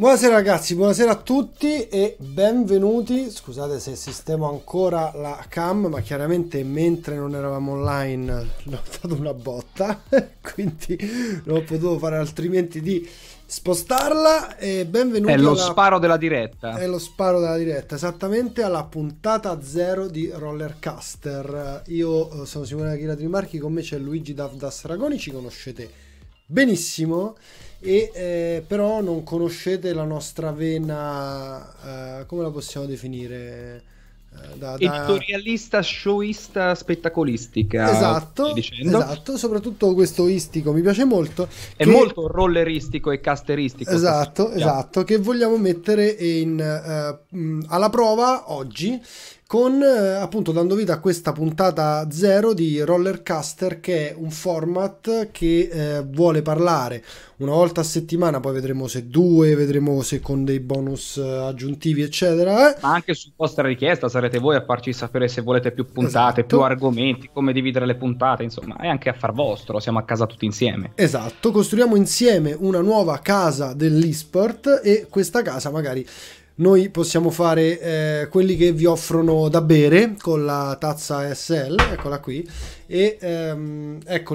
Buonasera ragazzi, buonasera a tutti e benvenuti. Scusate se sistemo ancora la cam, ma chiaramente mentre non eravamo online l'ho dato una botta, quindi non ho potuto fare altrimenti di spostarla. E benvenuti È lo sparo della diretta. È lo sparo della diretta, esattamente alla puntata 0 di Rollercaster. Io sono Simone Achilla Trimarchi, con me c'è Luigi Davdas Ragoni, ci conoscete benissimo. E però non conoscete la nostra vena, come la possiamo definire? Editorialista, showista, spettacolistica. Esatto, soprattutto questo istico mi piace molto. È molto rolleristico e casteristico. Esatto, che vogliamo mettere alla prova oggi con appunto dando vita a questa puntata 0 di Rollercaster, che è un format che vuole parlare una volta a settimana, poi vedremo se due, vedremo se con dei bonus aggiuntivi eccetera. Ma anche su vostra richiesta sarete voi a farci sapere se volete più puntate, più argomenti, come dividere le puntate, insomma è anche affar vostro, siamo a casa tutti insieme. Esatto, costruiamo insieme una nuova casa dell'esport e questa casa magari noi possiamo fare quelli che vi offrono da bere con la tazza SL, eccola qui, e ecco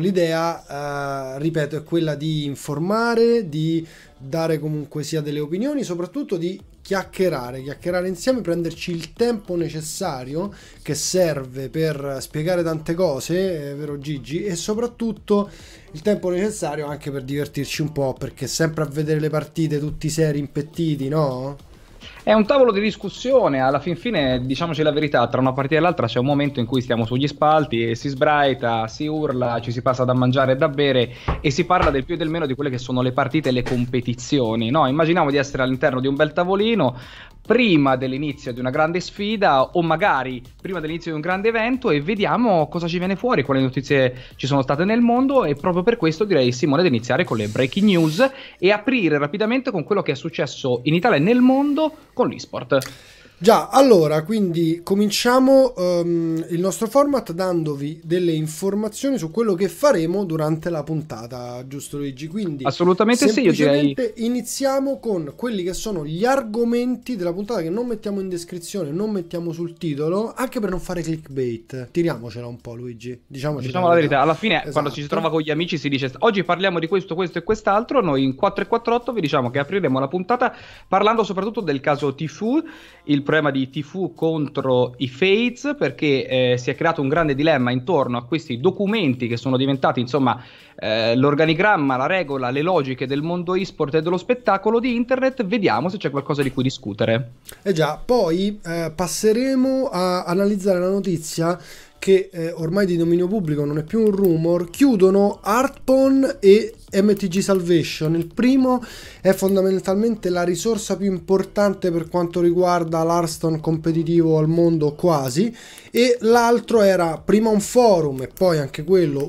l'idea, ripeto, è quella di informare, di dare comunque sia delle opinioni, soprattutto di chiacchierare insieme, prenderci il tempo necessario che serve per spiegare tante cose, vero Gigi? E soprattutto il tempo necessario anche per divertirci un po', perché sempre a vedere le partite tutti seri, impettiti, no? È un tavolo di discussione, alla fin fine, diciamoci la verità, tra una partita e l'altra c'è un momento in cui stiamo sugli spalti e si sbraita, si urla, ci si passa da mangiare e da bere e si parla del più e del meno di quelle che sono le partite e le competizioni, no? Immaginiamo di essere all'interno di un bel tavolino prima dell'inizio di una grande sfida o magari prima dell'inizio di un grande evento e vediamo cosa ci viene fuori, quali notizie ci sono state nel mondo, e proprio per questo direi, Simone, di iniziare con le breaking news e aprire rapidamente con quello che è successo in Italia e nel mondo con l'esport. Già, allora, quindi cominciamo il nostro format dandovi delle informazioni su quello che faremo durante la puntata, giusto Luigi? Quindi assolutamente sì, io direi iniziamo con quelli che sono gli argomenti della puntata, che non mettiamo in descrizione, non mettiamo sul titolo, anche per non fare clickbait. Tiriamocela un po', Luigi, diciamo la verità. Alla fine, esatto, quando ci si trova con gli amici si dice oggi parliamo di questo, questo e quest'altro. Noi in 448 vi diciamo che apriremo la puntata parlando soprattutto del caso Tfue, il problema di Tfue contro i Fates, perché si è creato un grande dilemma intorno a questi documenti che sono diventati, insomma, l'organigramma, la regola, le logiche del mondo esport e dello spettacolo di internet. Vediamo se c'è qualcosa di cui discutere. Già, poi passeremo a analizzare la notizia che ormai di dominio pubblico, non è più un rumor, chiudono Hearthstone e MTG Salvation. Il primo è fondamentalmente la risorsa più importante per quanto riguarda l'Hearthstone competitivo al mondo, quasi, e l'altro era prima un forum e poi anche quello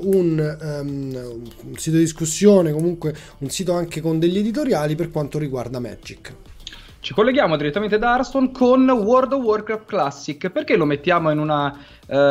un sito di discussione, comunque un sito anche con degli editoriali per quanto riguarda Magic. Ci colleghiamo direttamente da Hearthstone con World of Warcraft Classic. Perché lo mettiamo in una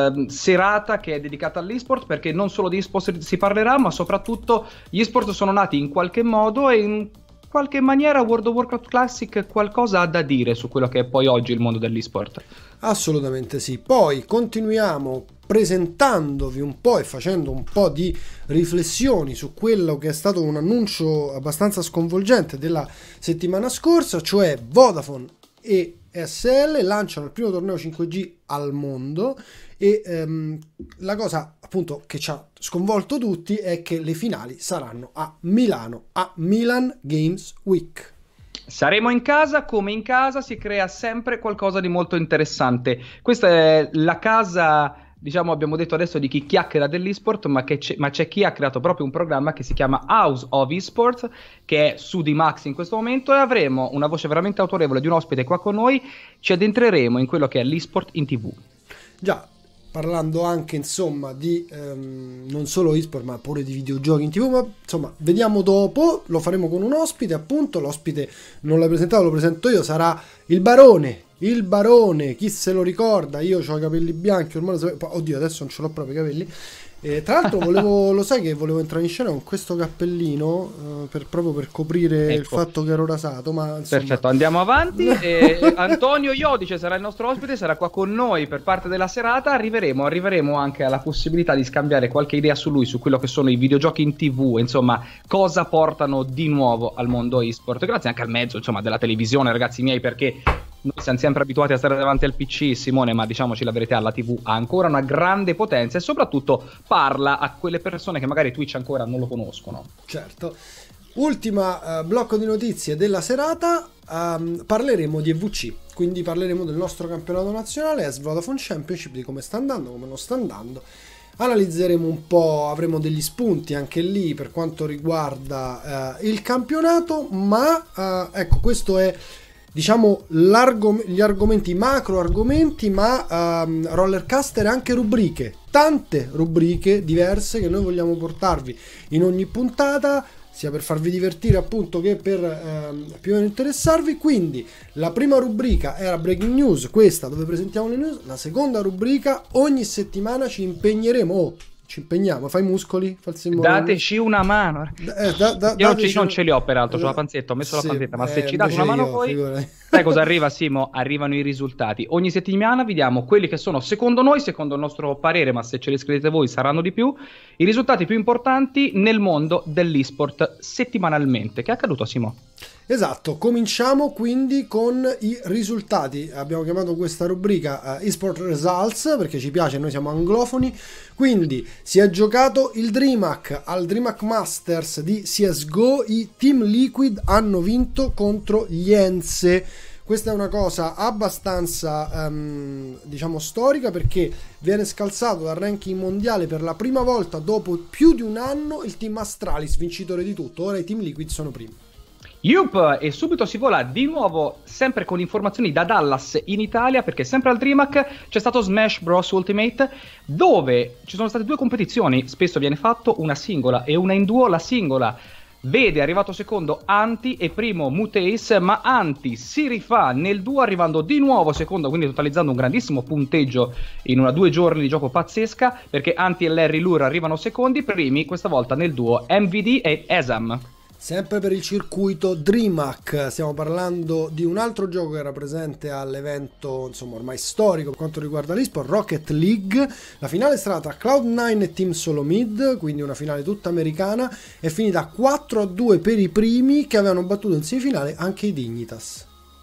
serata che è dedicata all'esport? Perché non solo di esport si parlerà, ma soprattutto gli esport sono nati in qualche modo e in qualche maniera World of Warcraft Classic qualcosa ha da dire su quello che è poi oggi il mondo dell'esport. Assolutamente sì. Poi continuiamo presentandovi un po' e facendo un po' di riflessioni su quello che è stato un annuncio abbastanza sconvolgente della settimana scorsa, cioè Vodafone e SL lanciano il primo torneo 5G al mondo e la cosa appunto che ci ha sconvolto tutti è che le finali saranno a Milano, a Milan Games Week. Saremo in casa, come in casa si crea sempre qualcosa di molto interessante. Questa è la casa, diciamo, abbiamo detto adesso di chi chiacchiera dell'esport, ma c'è chi ha creato proprio un programma che si chiama House of Esports, che è su D-Max in questo momento, e avremo una voce veramente autorevole di un ospite qua con noi. Ci addentreremo in quello che è l'esport in TV. Già, parlando anche insomma di non solo esport ma pure di videogiochi in TV, ma insomma vediamo dopo, lo faremo con un ospite, appunto. L'ospite non l'hai presentato, lo presento io, sarà il Barone, chi se lo ricorda, io ho i capelli bianchi, ormai lo sapevo, oddio adesso non ce l'ho proprio i capelli, Tra l'altro lo sai che volevo entrare in scena con questo cappellino proprio per coprire il fatto che ero rasato, ma insomma... Perfetto, andiamo avanti. Antonio Iodice sarà il nostro ospite, sarà qua con noi per parte della serata. Arriveremo anche alla possibilità di scambiare qualche idea su lui, su quello che sono i videogiochi in TV, insomma, cosa portano di nuovo al mondo e-sport. Grazie anche al mezzo, insomma, della televisione, ragazzi miei, perché noi siamo sempre abituati a stare davanti al PC, Simone, ma diciamoci la verità, la TV ha ancora una grande potenza e soprattutto parla a quelle persone che magari Twitch ancora non lo conoscono. Certo. Ultima blocco di notizie della serata, parleremo di EVC, quindi parleremo del nostro campionato nazionale, ES Vodafone Championship, di come sta andando, come non sta andando. Analizzeremo un po', avremo degli spunti anche lì per quanto riguarda il campionato, ma ecco, questo è, diciamo, gli argomenti, macro argomenti, ma Rollercaster è anche rubriche, tante rubriche diverse che noi vogliamo portarvi in ogni puntata, sia per farvi divertire appunto che per più o meno interessarvi. Quindi la prima rubrica era Breaking News, questa dove presentiamo le news. La seconda rubrica, ogni settimana ci impegneremo, fai i muscoli, fa il simbolo. Dateci una mano. Io non ce li ho peraltro sulla panzetta, ho messo la panzetta, ma se ci date una mano poi sai cosa arriva, Simo? Arrivano i risultati. Ogni settimana vi diamo quelli che sono secondo noi, secondo il nostro parere, ma se ce li scrivete voi saranno di più, i risultati più importanti nel mondo dell'esport settimanalmente. Che è accaduto, Simo? Esatto, cominciamo quindi con i risultati. Abbiamo chiamato questa rubrica eSport Results perché ci piace, noi siamo anglofoni. Quindi si è giocato il DreamHack al DreamHack Masters di CSGO, i Team Liquid hanno vinto contro gli Ense. Questa è una cosa abbastanza diciamo storica, perché viene scalzato dal ranking mondiale per la prima volta dopo più di un anno il Team Astralis, vincitore di tutto. Ora i Team Liquid sono primi. Yup, e subito si vola di nuovo, sempre con informazioni da Dallas in Italia, perché sempre al DreamHack c'è stato Smash Bros Ultimate, dove ci sono state due competizioni, spesso viene fatto una singola e una in duo. La singola vede arrivato secondo Anti e primo Mutace, ma Anti si rifà nel duo arrivando di nuovo secondo, quindi totalizzando un grandissimo punteggio in una 2 giorni di gioco pazzesca, perché Anti e Larry Lure arrivano secondi, primi questa volta nel duo MVD e Esam. Sempre per il circuito DreamHack, stiamo parlando di un altro gioco che era presente all'evento, insomma, ormai storico per quanto riguarda l'eSport, Rocket League. La finale è stata tra Cloud9 e Team Solomid, quindi una finale tutta americana, è finita 4-2 per i primi, che avevano battuto in semifinale anche i Dignitas.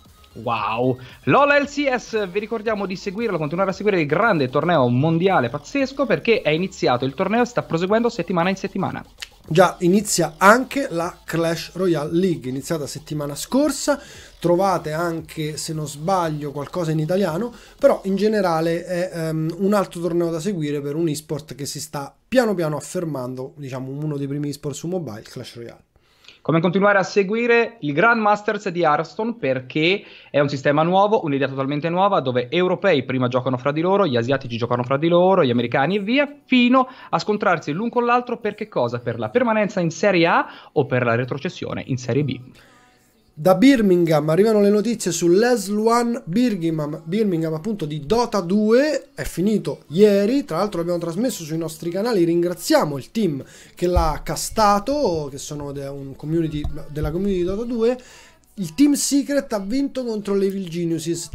Wow, LOL LCS, vi ricordiamo di seguirlo, continuare a seguire il grande torneo mondiale pazzesco, perché è iniziato il torneo e sta proseguendo settimana in settimana. Già, inizia anche la Clash Royale League, iniziata settimana scorsa. Trovate anche, se non sbaglio, qualcosa in italiano, però in generale è un altro torneo da seguire per un esport che si sta piano piano affermando, diciamo uno dei primi esport su mobile, Clash Royale. Come continuare a seguire il Grandmasters di Hearthstone, perché è un sistema nuovo, un'idea totalmente nuova, dove europei prima giocano fra di loro, gli asiatici giocano fra di loro, gli americani e via, fino a scontrarsi l'un con l'altro per che cosa? Per la permanenza in Serie A o per la retrocessione in Serie B. Da Birmingham arrivano le notizie sull'S1 Birmingham appunto di Dota 2, è finito ieri, tra l'altro l'abbiamo trasmesso sui nostri canali, ringraziamo il team che l'ha castato, che sono della community di Dota 2. Il Team Secret ha vinto contro l'Evil Geniuses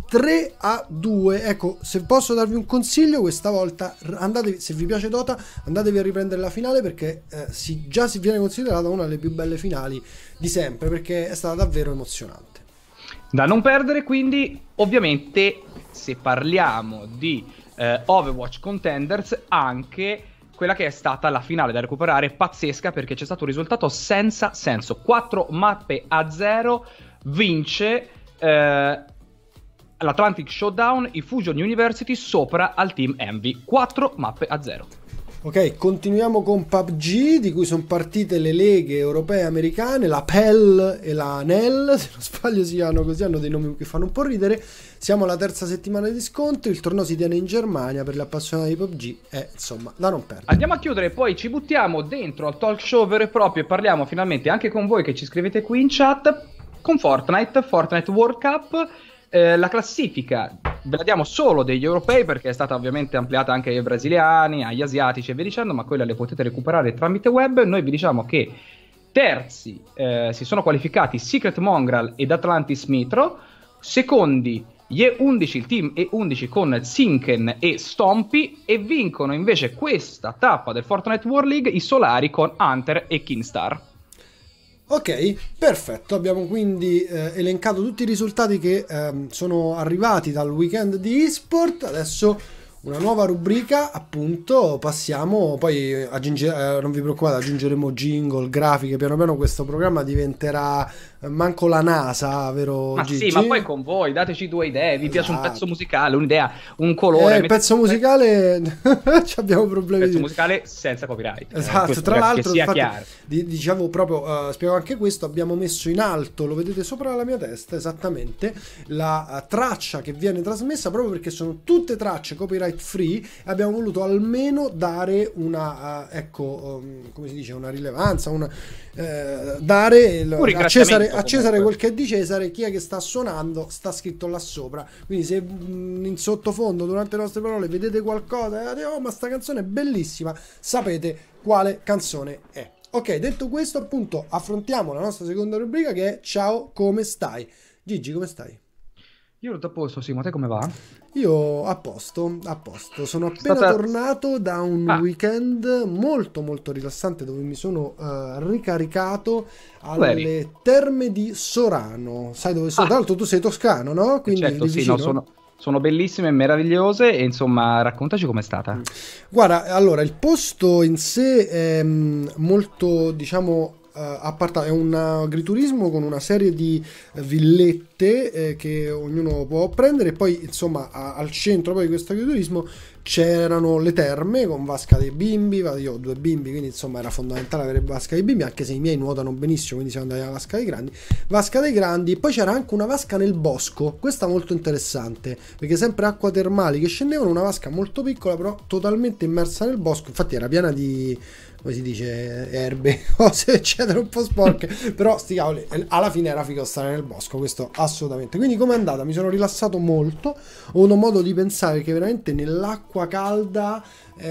3-2. Ecco, se posso darvi un consiglio, questa volta andatevi, se vi piace Dota, andatevi a riprendere la finale, perché già si viene considerata una delle più belle finali di sempre, perché è stata davvero emozionante. Da non perdere, quindi, ovviamente, se parliamo di Overwatch Contenders, anche quella che è stata la finale da recuperare, pazzesca, perché c'è stato un risultato senza senso. 4-0 vince l'Atlantic Showdown, i Fusion University sopra al team Envy. 4-0. Ok, continuiamo con PUBG, di cui sono partite le leghe europee e americane, la PEL e la NEL, se non sbaglio si chiamano così, hanno dei nomi che fanno un po' ridere. Siamo alla terza settimana di scontri, il torneo si tiene in Germania, per gli appassionati di PUBG è, insomma, da non perdere. Andiamo a chiudere, poi ci buttiamo dentro al talk show vero e proprio e parliamo finalmente anche con voi che ci scrivete qui in chat, con Fortnite World Cup. La classifica ve la diamo solo degli europei, perché è stata ovviamente ampliata anche ai brasiliani, agli asiatici e via dicendo, ma quella le potete recuperare tramite web. Noi vi diciamo che terzi si sono qualificati Secret Mongrel ed Atlantis Mitro, secondi gli E11, il team E11 con Sinken e Stompy, e vincono invece questa tappa del Fortnite World League i Solari con Hunter e Kinstar. Ok, perfetto, abbiamo quindi elencato tutti i risultati che sono arrivati dal weekend di eSport. Adesso una nuova rubrica, appunto, passiamo, poi non vi preoccupate, aggiungeremo jingle, grafiche, piano piano questo programma diventerà manco la NASA, vero ma Gigi? sì, ma poi con voi, dateci due idee, vi piace un pezzo musicale, un'idea, un colore? Il pezzo musicale, abbiamo problemi. Pezzo musicale senza copyright. Esatto, tra l'altro, sia infatti, chiaro. Dicevo proprio, spiego anche questo, abbiamo messo in alto, lo vedete sopra la mia testa, esattamente, la traccia che viene trasmessa, proprio perché sono tutte tracce copyright free, e abbiamo voluto almeno dare una, come si dice, una rilevanza, dare a Cesare quel che è di Cesare. Chi è che sta suonando sta scritto là sopra, quindi se in sottofondo durante le nostre parole vedete qualcosa oh, ma sta canzone è bellissima, sapete quale canzone è. Ok, detto questo, appunto, affrontiamo la nostra seconda rubrica, che è Ciao, come stai? Gigi, come stai? Io tutto a posto, Simo, te come va? Io a posto, sono appena tornato da un weekend molto molto rilassante, dove mi sono ricaricato alle terme di Sorano. Sai dove sono? Tra l'altro tu sei toscano, no? Quindi certo, sì, no, sono bellissime, meravigliose, e insomma raccontaci com'è stata. Guarda, allora, il posto in sé è molto, diciamo, appartato, è un agriturismo con una serie di villette che ognuno può prendere, e poi insomma al centro poi di questo agriturismo c'erano le terme con vasca dei bimbi. Io ho 2 bimbi, quindi insomma era fondamentale avere vasca dei bimbi, anche se i miei nuotano benissimo, quindi siamo andati alla vasca dei grandi. Poi c'era anche una vasca nel bosco, questa molto interessante, perché sempre acqua termali che scendevano, una vasca molto piccola però totalmente immersa nel bosco, infatti era piena di, come si dice, erbe, cose eccetera, un po' sporche, però sti cavoli, alla fine era figo stare nel bosco, questo assolutamente. Quindi com'è andata? Mi sono rilassato molto, ho avuto modo di pensare che veramente nell'acqua calda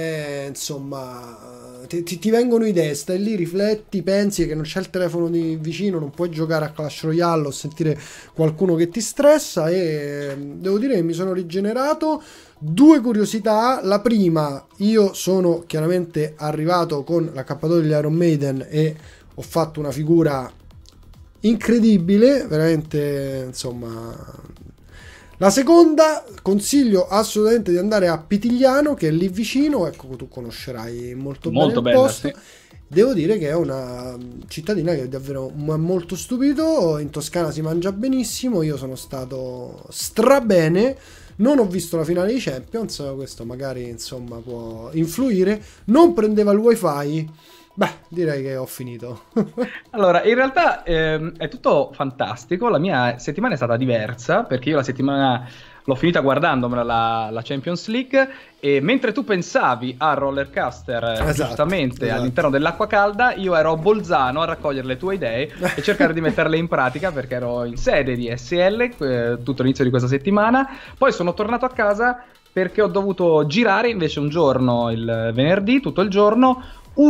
insomma ti vengono idee, stai lì, rifletti, pensi che non c'è il telefono di vicino, non puoi giocare a Clash Royale o sentire qualcuno che ti stressa, e devo dire che mi sono rigenerato. 2 curiosità: la prima, io sono chiaramente arrivato con l'accappatoio degli Iron Maiden e ho fatto una figura incredibile, veramente, insomma. La seconda, consiglio assolutamente di andare a Pitigliano, che è lì vicino, ecco, tu conoscerai molto bene il bella, posto. sì. Devo dire che è una cittadina che davvero mi ha molto stupito. In Toscana si mangia benissimo, io sono stato strabene. Non ho visto la finale di Champions, questo magari insomma può influire. Non prendeva il wifi. Beh, direi che ho finito. Allora, in realtà è tutto fantastico. La mia settimana è stata diversa, perché io la settimana l'ho finita guardandomela la Champions League, e mentre tu pensavi a Rollercoaster, giustamente all'interno dell'acqua calda, io ero a Bolzano a raccogliere le tue idee e cercare di metterle in pratica, perché ero in sede di SL tutto l'inizio di questa settimana. Poi sono tornato a casa perché ho dovuto girare invece un giorno, il venerdì, tutto il giorno,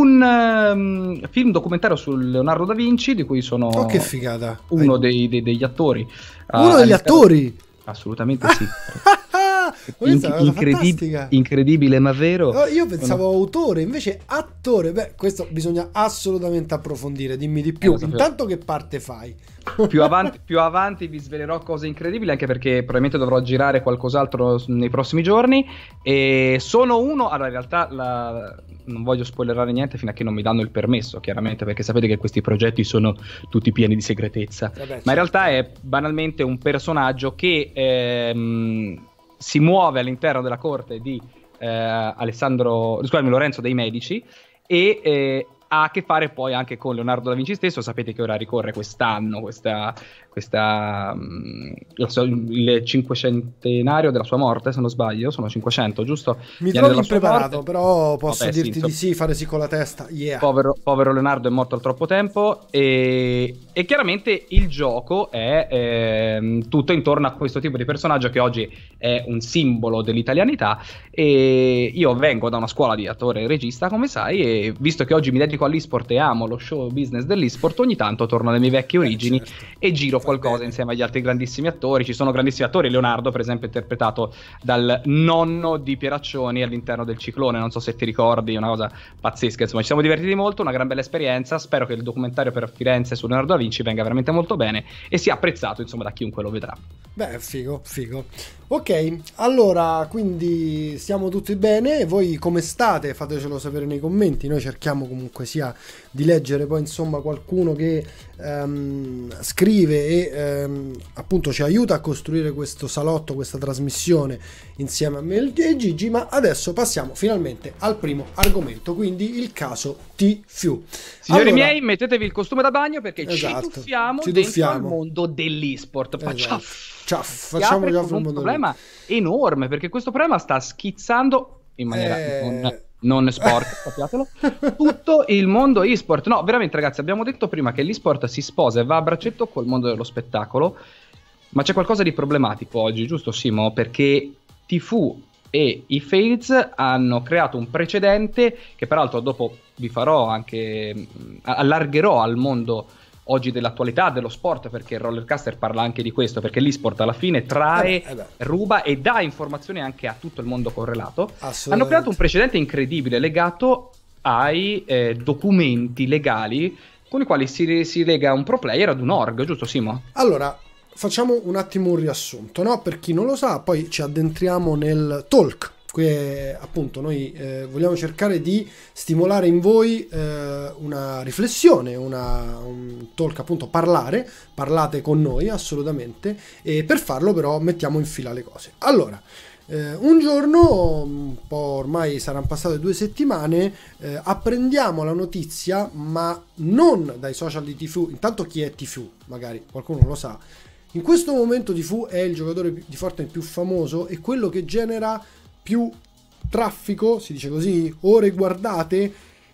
un film documentario su Leonardo da Vinci, di cui sono che figata. uno degli attori. Uno degli attori? Assolutamente sì. Fantastica. Incredibile ma vero. Io pensavo autore, invece attore. Beh, questo bisogna assolutamente approfondire. Dimmi di più. Intanto che parte fai? Più avanti vi svelerò cose incredibili, anche perché probabilmente dovrò girare qualcos'altro nei prossimi giorni. E sono uno. Allora, in realtà non voglio spoilerare niente fino a che non mi danno il permesso, chiaramente, perché sapete che questi progetti sono tutti pieni di segretezza. Ma in realtà è banalmente un personaggio che si muove all'interno della corte di Lorenzo dei Medici, e ha a che fare poi anche con Leonardo da Vinci stesso. Sapete che ora ricorre quest'anno il 500° della sua morte, se non sbaglio, sono 500, giusto? Mi trovo impreparato, però posso dirti di sì, fare sì con la testa. Yeah. Povero Leonardo è morto al troppo tempo e chiaramente il gioco è tutto intorno a questo tipo di personaggio che oggi è un simbolo dell'italianità. E io vengo da una scuola di attore e regista, come sai, e visto che oggi mi dedico all'esport e amo lo show business dell'esport, ogni tanto torno alle mie vecchie origini, certo, e giro qualcosa insieme agli altri grandissimi attori. Ci sono grandissimi attori, Leonardo per esempio interpretato dal nonno di Pieraccioni all'interno del Ciclone, non so se ti ricordi, una cosa pazzesca, insomma ci siamo divertiti molto, una gran bella esperienza. Spero che il documentario per Firenze su Leonardo da Vinci venga veramente molto bene e sia apprezzato, insomma, da chiunque lo vedrà. Beh, figo. Ok, allora, quindi stiamo tutti bene. Voi come state? Fatecelo sapere nei commenti. Noi cerchiamo comunque sia di leggere poi, insomma, qualcuno che scrive e appunto ci aiuta a costruire questo salotto, questa trasmissione insieme a me e Gigi. Ma adesso passiamo finalmente al primo argomento, quindi il caso Tfue. Signori miei, mettetevi il costume da bagno perché ci tuffiamo dentro al mondo dell'esport. Facciamo un problema enorme, perché questo problema sta schizzando in maniera non sport, sappiatelo, tutto il mondo esport. No, veramente ragazzi, abbiamo detto prima che l'esport si sposa e va a braccetto col mondo dello spettacolo, ma c'è qualcosa di problematico oggi, giusto Simo? Perché Tfue e i Fails hanno creato un precedente che peraltro dopo vi farò anche, allargherò al mondo oggi dell'attualità dello sport, perché il Rollercaster parla anche di questo, perché l'esport alla fine trae, ruba e dà informazioni anche a tutto il mondo correlato. Hanno creato un precedente incredibile legato ai documenti legali con i quali si lega un pro player ad un org, giusto Simo? Allora, facciamo un attimo un riassunto, no? Per chi non lo sa, poi ci addentriamo nel talk. Appunto noi vogliamo cercare di stimolare in voi una riflessione, un talk, appunto parlate con noi assolutamente, e per farlo però mettiamo in fila le cose. Allora, un giorno, un po' ormai saranno passate 2 settimane, apprendiamo la notizia, ma non dai social di Tfue. Intanto chi è Tfue? Magari qualcuno lo sa. In questo momento Tfue è il giocatore di Fortnite più famoso e quello che genera più traffico, si dice così, ore guardate,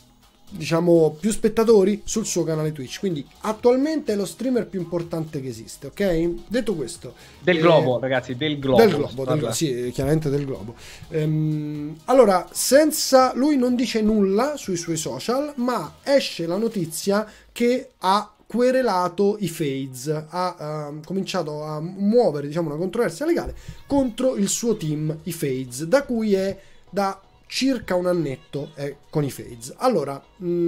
diciamo più spettatori sul suo canale Twitch. Quindi attualmente è lo streamer più importante che esiste, ok? Detto questo, del globo, ragazzi, del globo, sì, chiaramente del globo. Allora, senza lui non dice nulla sui suoi social, ma esce la notizia che ha querelato i Fades, ha cominciato a muovere, diciamo, una controversia legale contro il suo team, i Fades, da cui è da circa un annetto con i Fades. Allora,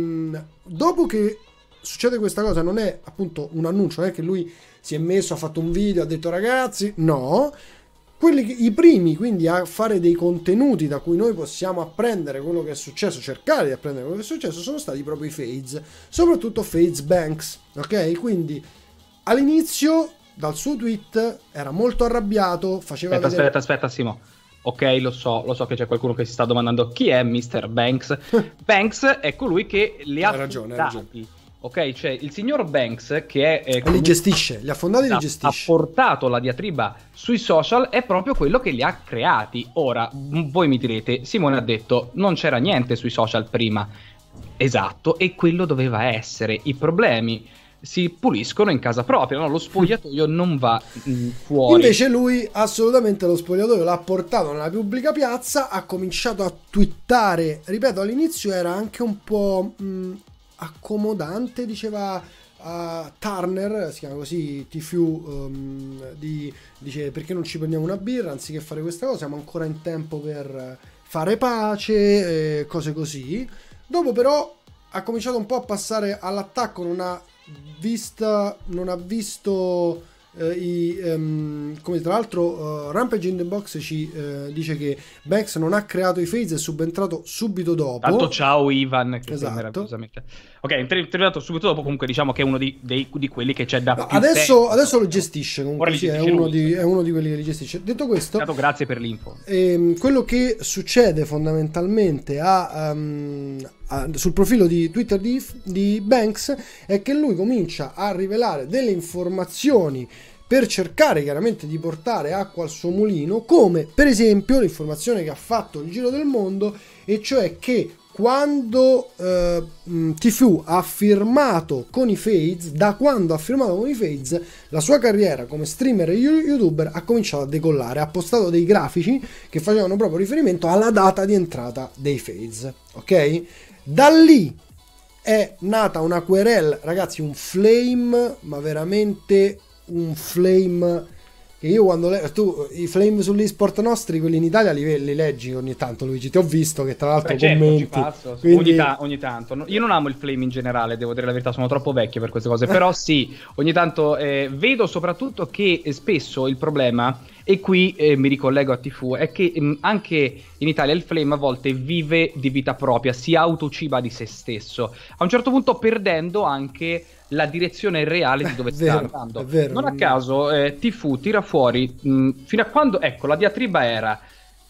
dopo che succede questa cosa, non è appunto un annuncio, non è che lui si è messo, ha fatto un video, ha detto ragazzi, no, i primi quindi a fare dei contenuti da cui noi possiamo apprendere quello che è successo, cercare di apprendere quello che è successo, sono stati proprio i Fades, soprattutto Fades Banks, ok? Quindi all'inizio dal suo tweet era molto arrabbiato, faceva aspetta Simo. Ok, lo so che c'è qualcuno che si sta domandando chi è Mr. Banks. Banks è colui che li ha fondati. Ok, cioè il signor Banks che è li gestisce, li ha fondati e li gestisce. Ha portato la diatriba sui social, è proprio quello che li ha creati. Ora, voi mi direte, Simone ha detto non c'era niente sui social prima. Esatto, e quello doveva essere. I problemi si puliscono in casa propria, no? Lo spogliatoio non va fuori. Invece lui assolutamente lo spogliatoio l'ha portato nella pubblica piazza, ha cominciato a twittare, ripeto, all'inizio era anche un po' accomodante, diceva Turner, si chiama così, Tfue, dice perché non ci prendiamo una birra anziché fare questa cosa, siamo ancora in tempo per fare pace, cose così. Dopo però ha cominciato un po' a passare all'attacco, non ha visto come tra l'altro Rampage in the Box ci dice che Banks non ha creato i Fades, è subentrato subito dopo. Tanto ciao Ivan, che esatto. Ok, è entrato subito dopo, comunque diciamo che è uno di quelli che c'è da più adesso tempo. Adesso lo gestisce, comunque sì, è uno di quelli che li gestisce. Detto questo, grazie per l'info. Quello che succede fondamentalmente sul profilo di Twitter di Banks è che lui comincia a rivelare delle informazioni per cercare chiaramente di portare acqua al suo mulino, come per esempio l'informazione che ha fatto il giro del mondo, e cioè che quando Tfue ha firmato con i Fades, da quando ha firmato con i Fades, la sua carriera come streamer e youtuber ha cominciato a decollare. Ha postato dei grafici che facevano proprio riferimento alla data di entrata dei Fades, ok? Da lì è nata una querela, ragazzi, un flame, ma veramente un flame, che io quando tu i flame sull'esport nostri, quelli in Italia li leggi ogni tanto, Luigi, ti ho visto che tra l'altro commenti, ci passo, quindi... ogni tanto. Io non amo il flame in generale, devo dire la verità, sono troppo vecchio per queste cose, però sì, ogni tanto vedo soprattutto che spesso il problema, e qui mi ricollego a Tfue, è che anche in Italia il flame a volte vive di vita propria, si autociba di se stesso, a un certo punto perdendo anche la direzione reale di dove sta andando. Non a caso Tfue tira fuori fino a quando, ecco, la diatriba era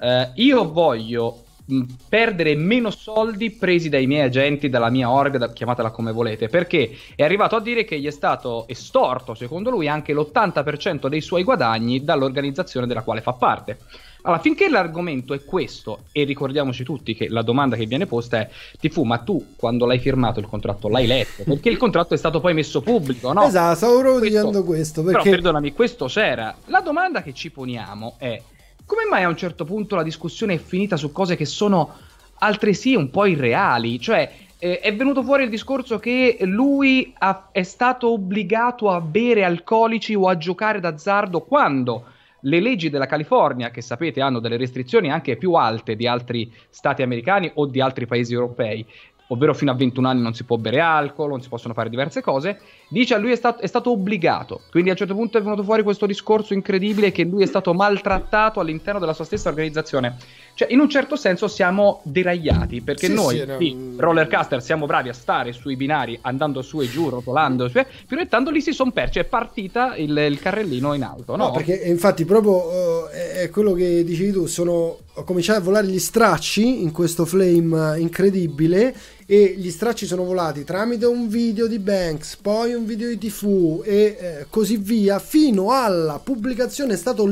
io voglio perdere meno soldi presi dai miei agenti, dalla mia org, chiamatela come volete, perché è arrivato a dire che gli è stato estorto, secondo lui, anche l'80% dei suoi guadagni dall'organizzazione della quale fa parte. Allora, finché l'argomento è questo, e ricordiamoci tutti che la domanda che viene posta è: Tfue, ma tu quando l'hai firmato il contratto l'hai letto? Perché il contratto è stato poi messo pubblico, no? Esatto, stavo proprio dicendo questo, perché... Però perdonami, questo c'era. La domanda che ci poniamo è: come mai a un certo punto la discussione è finita su cose che sono altresì un po' irreali? Cioè, è venuto fuori il discorso che lui è stato obbligato a bere alcolici o a giocare d'azzardo quando le leggi della California, che sapete hanno delle restrizioni anche più alte di altri stati americani o di altri paesi europei, ovvero fino a 21 anni non si può bere alcol, non si possono fare diverse cose, dice a lui è stato obbligato. Quindi a un certo punto è venuto fuori questo discorso incredibile che lui è stato maltrattato all'interno della sua stessa organizzazione. Cioè, in un certo senso siamo deragliati, perché noi rollercaster siamo bravi a stare sui binari, andando su e giù, rotolando, piruettando, lì si sono persi, è partita il carrellino in alto, no? No, perché infatti proprio è quello che dicevi tu, sono cominciati a volare gli stracci in questo flame incredibile, e gli stracci sono volati tramite un video di Banks, poi un video di Tfue e così via, fino alla pubblicazione. È stato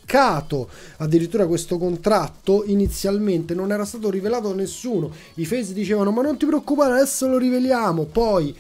addirittura questo contratto, inizialmente non era stato rivelato a nessuno, i Face dicevano ma non ti preoccupare, adesso lo riveliamo, poi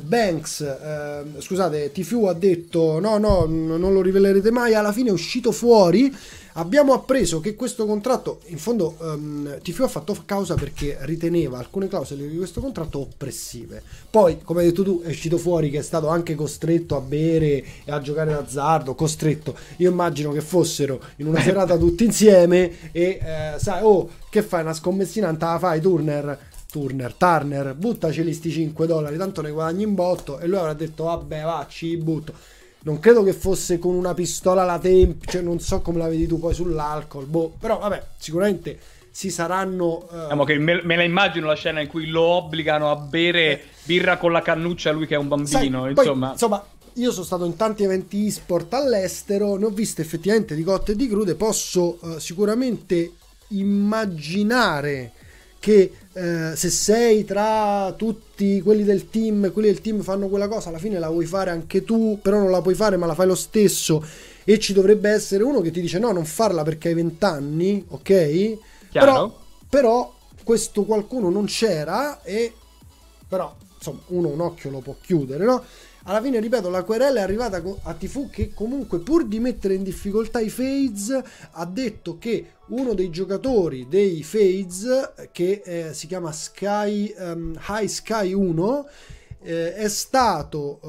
Tfue ha detto no, non lo rivelerete mai, alla fine è uscito fuori. Abbiamo appreso che questo contratto, in fondo, Tfue ha fatto causa perché riteneva alcune clausole di questo contratto oppressive. Poi, come hai detto tu, è uscito fuori che è stato anche costretto a bere e a giocare d'azzardo. Costretto, io immagino che fossero in una serata tutti insieme e sai, oh, che fai, una scommessina, non te la fai, Turner, buttaci sti $5, tanto ne guadagni in botto. E lui avrà detto vabbè, va, ci butto. Non credo che fosse con una pistola alla tempia, cioè non so come la vedi tu poi sull'alcol, però vabbè, sicuramente si saranno... Diciamo che me la immagino la scena in cui lo obbligano a bere birra con la cannuccia, lui che è un bambino, sai, insomma... Poi, insomma, io sono stato in tanti eventi e-sport all'estero, ne ho viste effettivamente di cotte e di crude, posso sicuramente immaginare che se sei tra tutti quelli del team fanno quella cosa, alla fine la vuoi fare anche tu, però non la puoi fare ma la fai lo stesso, e ci dovrebbe essere uno che ti dice no, non farla perché hai 20 anni, ok? Però questo qualcuno non c'era, e però insomma uno un occhio lo può chiudere, no? Alla fine, ripeto, la querela è arrivata a Tfue, che comunque, pur di mettere in difficoltà i Fades, ha detto che uno dei giocatori dei Fades, che si chiama High Sky 1, è stato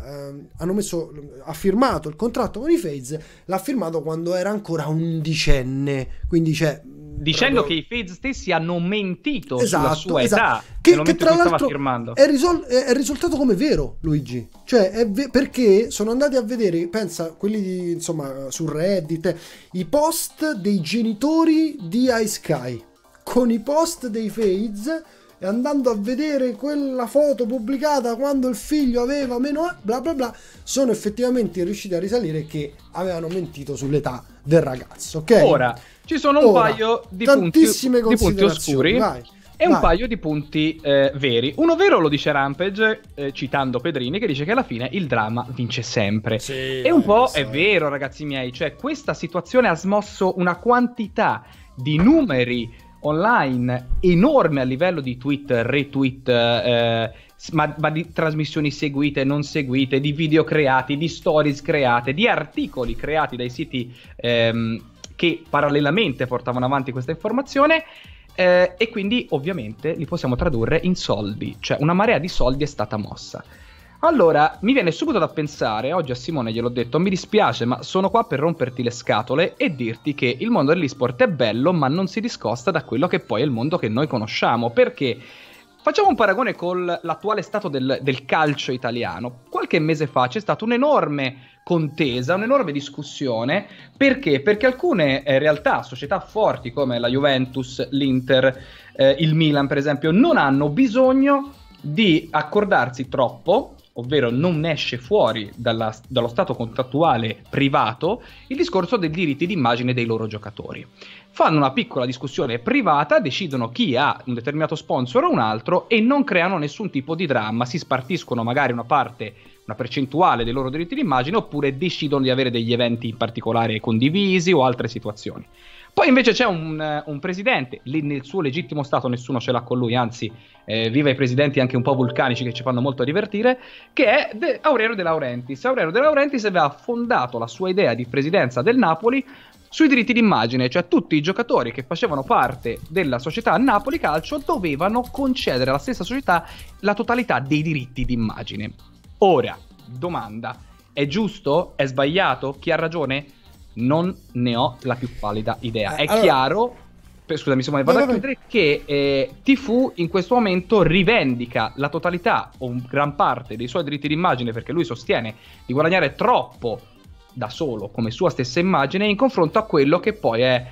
ha firmato il contratto con i Fades, l'ha firmato quando era ancora undicenne, quindi dicendo che i Fades stessi hanno mentito sulla sua età, che tra l'altro stava firmando. È risultato come vero, Luigi, cioè perché sono andati a vedere, pensa, quelli insomma su Reddit, i post dei genitori di High Sky con i post dei Fades, e andando a vedere quella foto pubblicata quando il figlio aveva meno bla bla bla, sono effettivamente riusciti a risalire che avevano mentito sull'età del ragazzo, ok? Ora ci sono un paio di punti oscuri. Vai. e un Vai. paio di punti veri. Uno vero lo dice Rampage, citando Pedrini, che dice che alla fine il dramma vince sempre. Sì, e un po' questo è vero, ragazzi miei, cioè questa situazione ha smosso una quantità di numeri online enorme a livello di tweet, retweet, ma di trasmissioni seguite, non seguite, di video creati, di stories create, di articoli creati dai siti che parallelamente portavano avanti questa informazione. E quindi ovviamente li possiamo tradurre in soldi, cioè una marea di soldi è stata mossa. Allora, mi viene subito da pensare, oggi a Simone gliel'ho detto, mi dispiace, ma sono qua per romperti le scatole e dirti che il mondo dell'esport è bello, ma non si discosta da quello che poi è il mondo che noi conosciamo, perché facciamo un paragone con l'attuale stato del calcio italiano. Qualche mese fa c'è stata un'enorme contesa, un'enorme discussione, perché? Perché alcune realtà, società forti come la Juventus, l'Inter, il Milan per esempio, non hanno bisogno di accordarsi troppo, ovvero non esce fuori dallo stato contrattuale privato il discorso dei diritti d'immagine dei loro giocatori. Fanno una piccola discussione privata, decidono chi ha un determinato sponsor o un altro e non creano nessun tipo di dramma, si spartiscono magari una percentuale dei loro diritti d'immagine oppure decidono di avere degli eventi in particolare condivisi o altre situazioni. Poi invece c'è un presidente, lì nel suo legittimo stato nessuno ce l'ha con lui, anzi viva i presidenti anche un po' vulcanici che ci fanno molto divertire, che è Aurelio De Laurentiis. Aurelio De Laurentiis aveva fondato la sua idea di presidenza del Napoli sui diritti d'immagine, cioè tutti i giocatori che facevano parte della società Napoli Calcio dovevano concedere alla stessa società la totalità dei diritti d'immagine. Ora, domanda, è giusto? È sbagliato? Chi ha ragione? Non ne ho la più pallida idea. È chiaro, scusami Simone, vado a chiudere, che Tfue in questo momento rivendica la totalità o gran parte dei suoi diritti d'immagine perché lui sostiene di guadagnare troppo da solo come sua stessa immagine in confronto a quello che poi è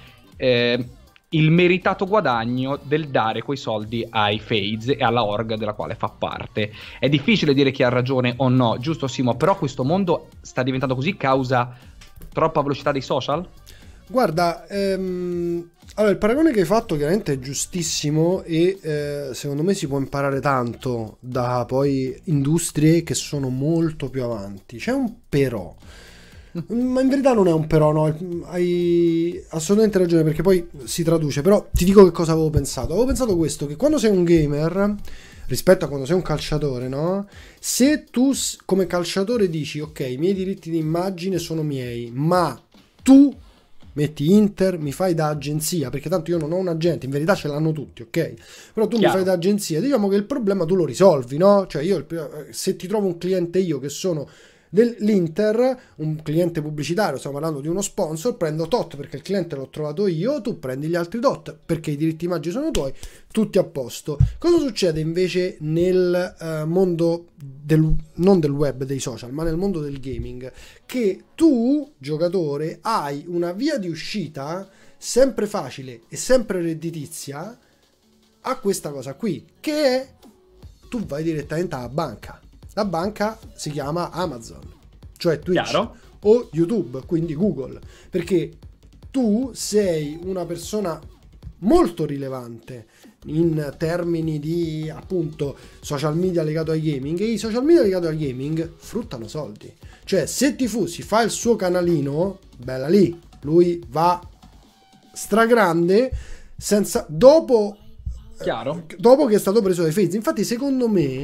il meritato guadagno del dare quei soldi ai Fades e alla org della quale fa parte. È difficile dire chi ha ragione o no, giusto Simo? Però questo mondo sta diventando così causa troppa velocità dei social? Guarda, allora il paragone che hai fatto chiaramente è giustissimo e secondo me si può imparare tanto da poi industrie che sono molto più avanti. C'è un però, ma in verità non è un però, no, hai assolutamente ragione perché poi si traduce, però ti dico che cosa avevo pensato. Avevo pensato questo, che quando sei un gamer rispetto a quando sei un calciatore, no? Se tu come calciatore dici ok, i miei diritti di immagine sono miei, ma tu metti Inter, mi fai da agenzia, perché tanto io non ho un agente, in verità ce l'hanno tutti, ok? Però tu mi fai da agenzia, diciamo che il problema tu lo risolvi, no? Cioè io, se ti trovo un cliente io che sono dell'Inter, un cliente pubblicitario, stiamo parlando di uno sponsor, prendo tot perché il cliente l'ho trovato io, tu prendi gli altri tot perché i diritti immagini sono tuoi, tutti a posto. Cosa succede invece nel mondo non del web, dei social, ma nel mondo del gaming? Che tu, giocatore, hai una via di uscita sempre facile e sempre redditizia a questa cosa qui, che è tu vai direttamente alla banca. La banca si chiama Amazon, cioè Twitch. Chiaro. O YouTube, quindi Google, perché tu sei una persona molto rilevante in termini di appunto social media legato ai gaming, e i social media legati al gaming fruttano soldi. Cioè se Tfue si fa il suo canalino, bella lì, lui va stragrande senza dopo che è stato preso dai Fades. Infatti secondo me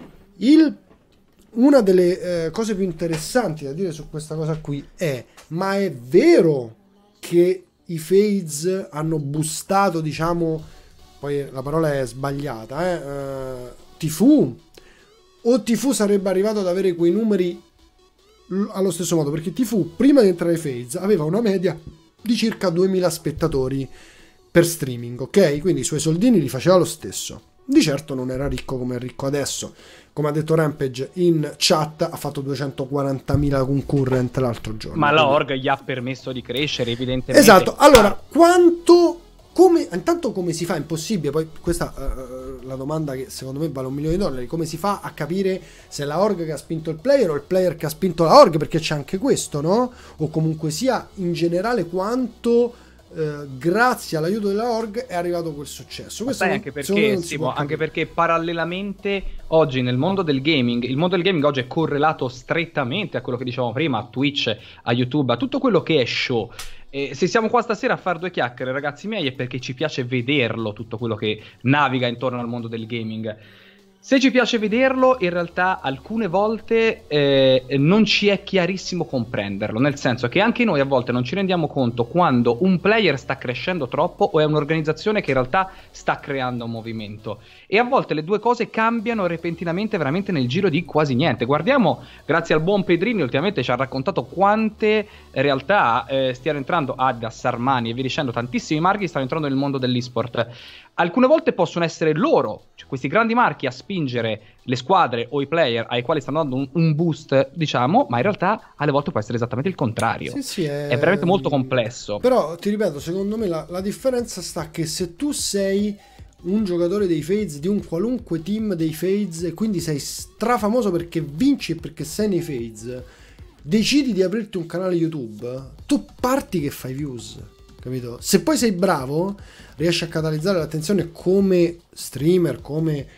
una delle cose più interessanti da dire su questa cosa qui è: ma è vero che i Fades hanno boostato, diciamo, poi la parola è sbagliata, Tfue, o Tfue sarebbe arrivato ad avere quei numeri allo stesso modo? Perché Tfue prima di entrare ai Fades aveva una media di circa 2000 spettatori per streaming, ok? Quindi i suoi soldini li faceva lo stesso. Di certo non era ricco come è ricco adesso. Come ha detto Rampage in chat, ha fatto 240.000 concurrent l'altro giorno. Ma la org gli ha permesso di crescere, evidentemente. Esatto. Allora, intanto come si fa? È impossibile. Poi questa la domanda che secondo me vale $1.000.000. Come si fa a capire se è la org che ha spinto il player o il player che ha spinto la org? Perché c'è anche questo, no? O comunque sia, in generale, quanto grazie all'aiuto della org è arrivato quel successo. Questo anche perché, Simo, anche perché parallelamente oggi nel mondo del gaming, il mondo del gaming oggi è correlato strettamente a quello che dicevamo prima, a Twitch, a YouTube, a tutto quello che è show. Se siamo qua stasera a fare due chiacchiere, ragazzi miei, è perché ci piace vederlo, tutto quello che naviga intorno al mondo del gaming. Se ci piace vederlo, in realtà alcune volte non ci è chiarissimo comprenderlo, nel senso che anche noi a volte non ci rendiamo conto quando un player sta crescendo troppo o è un'organizzazione che in realtà sta creando un movimento. E a volte le due cose cambiano repentinamente veramente nel giro di quasi niente. Guardiamo, grazie al buon Pedrini, ultimamente ci ha raccontato quante realtà stiano entrando, Adidas, Armani e via dicendo, tantissimi marchi stanno entrando nel mondo dell'esport. Alcune volte possono essere loro, cioè questi grandi marchi, a spingere le squadre o i player ai quali stanno dando un boost, diciamo, ma in realtà alle volte può essere esattamente il contrario. Sì, è veramente molto complesso. Però, ti ripeto, secondo me la differenza sta che se tu sei un giocatore dei FaZe, di un qualunque team dei FaZe, e quindi sei strafamoso perché vinci e perché sei nei FaZe, decidi di aprirti un canale YouTube, tu parti che fai views, capito? Se poi sei bravo, riesci a catalizzare l'attenzione come streamer, come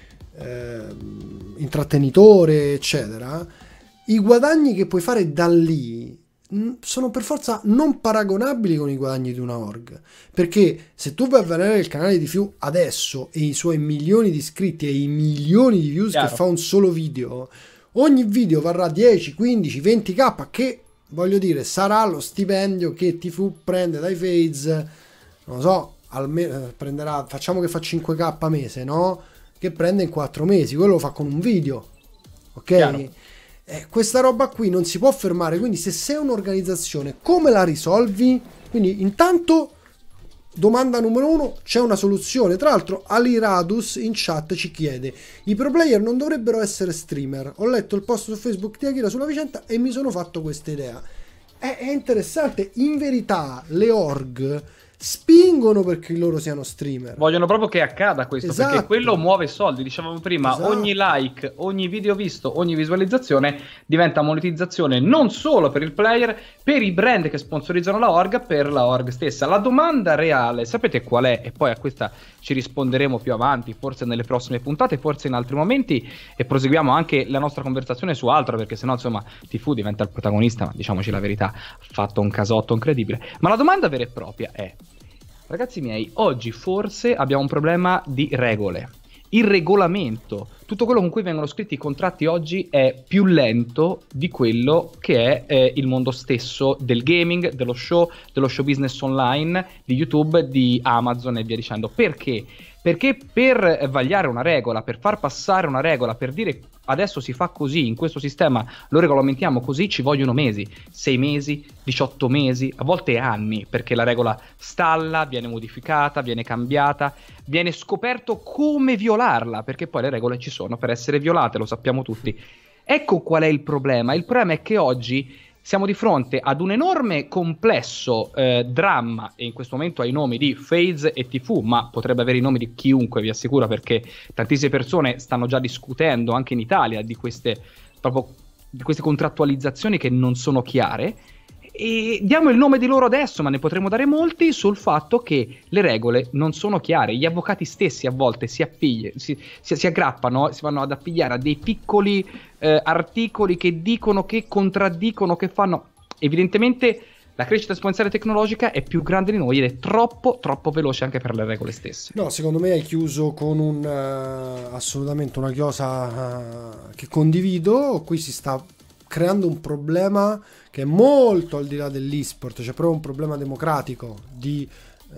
intrattenitore, eccetera, i guadagni che puoi fare da lì sono per forza non paragonabili con i guadagni di una org, perché se tu vai a vedere il canale di Fiu adesso e i suoi milioni di iscritti e i milioni di views che fa un solo video, ogni video varrà 10, 15, 20k, che voglio dire sarà lo stipendio che Tfue prende dai FaZe, non lo so, prenderà, facciamo che fa 5k a mese, no? Che prende in 4 mesi, quello lo fa con un video, ok? Questa roba qui non si può fermare, quindi se sei un'organizzazione come la risolvi? Quindi intanto domanda numero 1, c'è una soluzione. Tra l'altro Ali Radus in chat ci chiede: i pro player non dovrebbero essere streamer? Ho letto il post su Facebook di Akira sulla vicenda e mi sono fatto questa idea. È interessante, in verità le org spingono perché loro siano streamer, vogliono proprio che accada questo, esatto, perché quello muove soldi, dicevamo prima, esatto. Ogni like, ogni video visto, ogni visualizzazione diventa monetizzazione non solo per il player, per i brand che sponsorizzano la org, per la org stessa. La domanda reale, sapete qual è? E poi a questa ci risponderemo più avanti, forse nelle prossime puntate, forse in altri momenti, e proseguiamo anche la nostra conversazione su altro, perché sennò insomma Tfue diventa il protagonista, ma diciamoci la verità, ha fatto un casotto incredibile. Ma la domanda vera e propria è: ragazzi miei, oggi forse abbiamo un problema di regole. Il regolamento, tutto quello con cui vengono scritti i contratti oggi è più lento di quello che è il mondo stesso del gaming, dello show business online, di YouTube, di Amazon e via dicendo. Perché? Perché per vagliare una regola, per far passare una regola, per dire adesso si fa così, in questo sistema lo regolamentiamo così, ci vogliono mesi, 6 mesi, 18 mesi, a volte anni, perché la regola stalla, viene modificata, viene cambiata, viene scoperto come violarla, perché poi le regole ci sono per essere violate, lo sappiamo tutti. Ecco qual è il problema. Il problema è che oggi siamo di fronte ad un enorme complesso dramma, e in questo momento ha i nomi di FaZe e Tfue, ma potrebbe avere i nomi di chiunque, vi assicuro, perché tantissime persone stanno già discutendo anche in Italia di queste contrattualizzazioni che non sono chiare. E diamo il nome di loro adesso, ma ne potremo dare molti, sul fatto che le regole non sono chiare. Gli avvocati stessi a volte si aggrappano, si vanno ad appigliare a dei piccoli articoli che dicono, che contraddicono, che fanno. Evidentemente la crescita esponenziale tecnologica è più grande di noi ed è troppo veloce anche per le regole stesse. No, secondo me hai chiuso con assolutamente una chiosa che condivido. Qui si sta creando un problema che è molto al di là dell'esport, c'è proprio un problema democratico di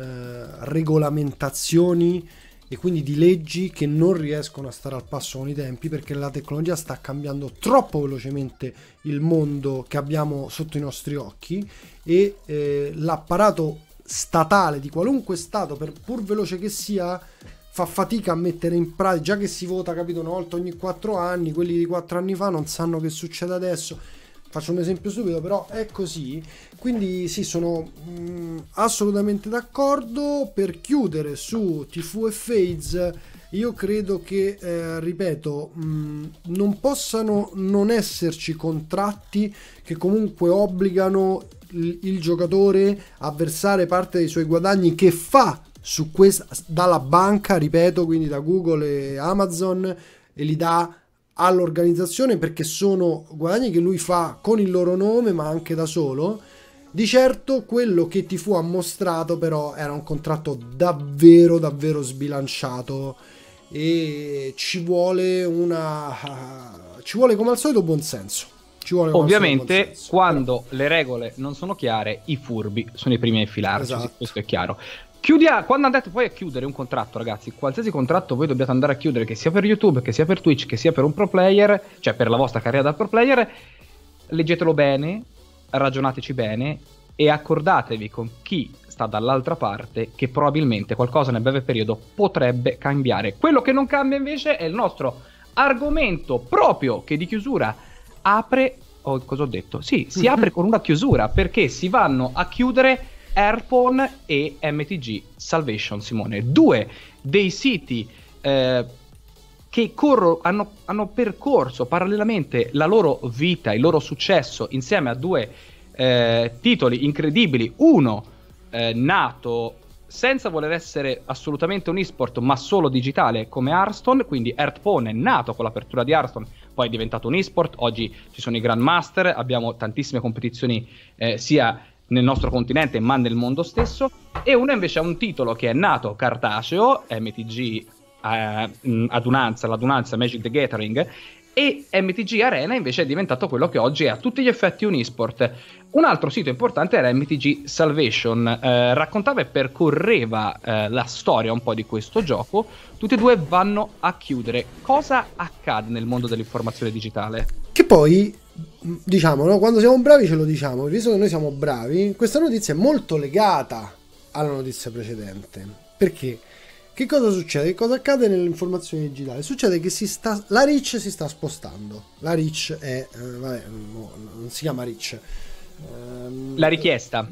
regolamentazioni e quindi di leggi che non riescono a stare al passo con i tempi, perché la tecnologia sta cambiando troppo velocemente il mondo che abbiamo sotto i nostri occhi, e l'apparato statale di qualunque stato, per pur veloce che sia, fa fatica a mettere in pratica, già che si vota, capito, una volta ogni 4 anni, quelli di 4 anni fa non sanno che succede adesso. Faccio un esempio stupido, però è così. Quindi sì, sono assolutamente d'accordo. Per chiudere su Tfue e FaZe, Io credo che, ripeto, non possano non esserci contratti che comunque obbligano il giocatore a versare parte dei suoi guadagni che fa su questa, dalla banca, ripeto, quindi da Google e Amazon, e li dà all'organizzazione, perché sono guadagni che lui fa con il loro nome ma anche da solo. Di certo quello che ti fu ammostrato però era un contratto davvero davvero sbilanciato, e ci vuole come al solito buonsenso. Ovviamente quando le regole non sono chiare, i furbi sono i primi a infilarci, esatto. Questo è chiaro. Quando andate poi a chiudere un contratto, ragazzi, qualsiasi contratto voi dobbiate andare a chiudere, che sia per YouTube, che sia per Twitch, che sia per un pro player, cioè per la vostra carriera da pro player, leggetelo bene, ragionateci bene e accordatevi con chi sta dall'altra parte, che probabilmente qualcosa nel breve periodo potrebbe cambiare. Quello che non cambia invece è il nostro argomento proprio, che di chiusura apre, cosa ho detto? Sì, si apre con una chiusura, perché si vanno a chiudere Earthpawn e MTG Salvation, Simone, due dei siti che hanno percorso parallelamente la loro vita, il loro successo insieme a due titoli incredibili. Uno nato senza voler essere assolutamente un esport, ma solo digitale, come Hearthstone. Quindi Earthpawn è nato con l'apertura di Hearthstone, poi è diventato un esport. Oggi ci sono i Grandmaster, abbiamo tantissime competizioni sia nel nostro continente ma nel mondo stesso. E uno invece è un titolo che è nato cartaceo, MTG l'adunanza Magic the Gathering, e MTG Arena invece è diventato quello che oggi è a tutti gli effetti un esport. Un altro sito importante era MTG Salvation, raccontava e percorreva la storia un po' di questo gioco. Tutti e due vanno a chiudere. Cosa accade nel mondo dell'informazione digitale? Che poi, diciamo, no? Quando siamo bravi ce lo diciamo, visto che noi siamo bravi, questa notizia è molto legata alla notizia precedente. Perché? Che cosa succede? Che cosa accade nell'informazione digitale? Succede che la reach si sta spostando. La reach è... non si chiama reach. La richiesta.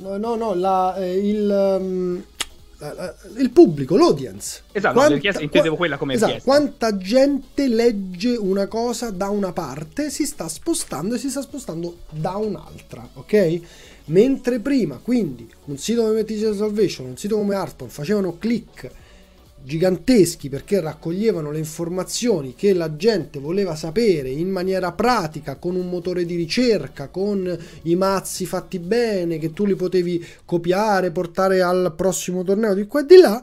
Il pubblico, l'audience. Esatto, intendevo quella come richiesta. Quanta gente legge una cosa da una parte, si sta spostando e si sta spostando da un'altra, ok? Mentre prima, quindi, un sito come MTG Salvation, un sito come Hearthstone facevano click giganteschi perché raccoglievano le informazioni che la gente voleva sapere in maniera pratica, con un motore di ricerca, con i mazzi fatti bene che tu li potevi copiare, portare al prossimo torneo di qua e di là.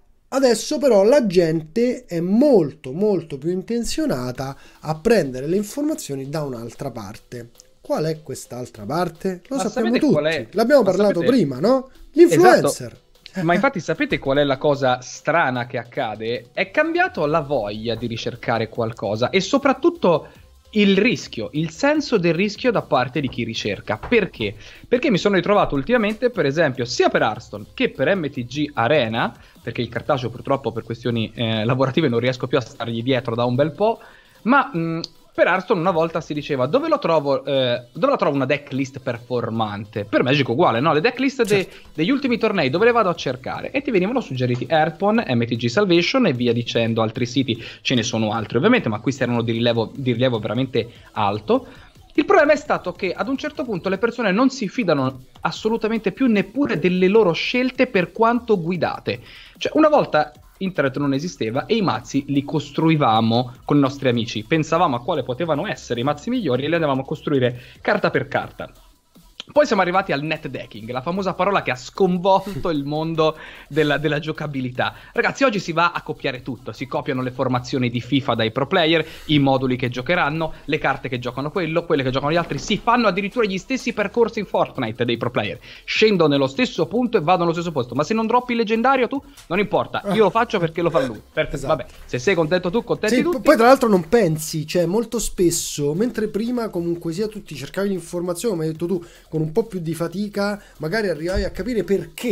Adesso però la gente è molto molto più intenzionata a prendere le informazioni da un'altra parte. Qual è quest'altra parte? Lo sappiamo tutti, l'abbiamo parlato prima, no? Gli influencer. Esatto. Ma infatti sapete qual è la cosa strana che accade? È cambiato la voglia di ricercare qualcosa e soprattutto il rischio, il senso del rischio da parte di chi ricerca. Perché? Perché mi sono ritrovato ultimamente, per esempio, sia per Hearthstone che per MTG Arena, perché il cartaceo purtroppo per questioni lavorative non riesco più a stargli dietro da un bel po', ma... per Hearthstone una volta si diceva dove la trovo una decklist performante. Per Magic uguale, no? Le decklist degli ultimi tornei dove le vado a cercare? E ti venivano suggeriti Earthpawn, MTG Salvation e via dicendo. Altri siti ce ne sono altri ovviamente, ma questi erano di rilievo veramente alto. Il problema è stato che ad un certo punto le persone non si fidano assolutamente più neppure delle loro scelte, per quanto guidate. Cioè, una volta internet non esisteva e i mazzi li costruivamo con i nostri amici. Pensavamo a quale potevano essere i mazzi migliori e li andavamo a costruire carta per carta. Poi siamo arrivati al net decking, la famosa parola che ha sconvolto il mondo della giocabilità. Ragazzi, oggi si va a copiare tutto, si copiano le formazioni di FIFA dai pro player, i moduli che giocheranno, le carte che giocano quelle che giocano gli altri, si fanno addirittura gli stessi percorsi in Fortnite dei pro player. Scendo nello stesso punto e vado nello stesso posto, ma se non droppi il leggendario tu, non importa, io lo faccio perché lo fa lui. Perfetto, esatto. Vabbè, se sei contento tu, contenti tutti. Poi tra l'altro non pensi, cioè molto spesso, mentre prima comunque sia tutti cercavi l'informazione, come hai detto tu, con un po' più di fatica, magari arrivavi a capire perché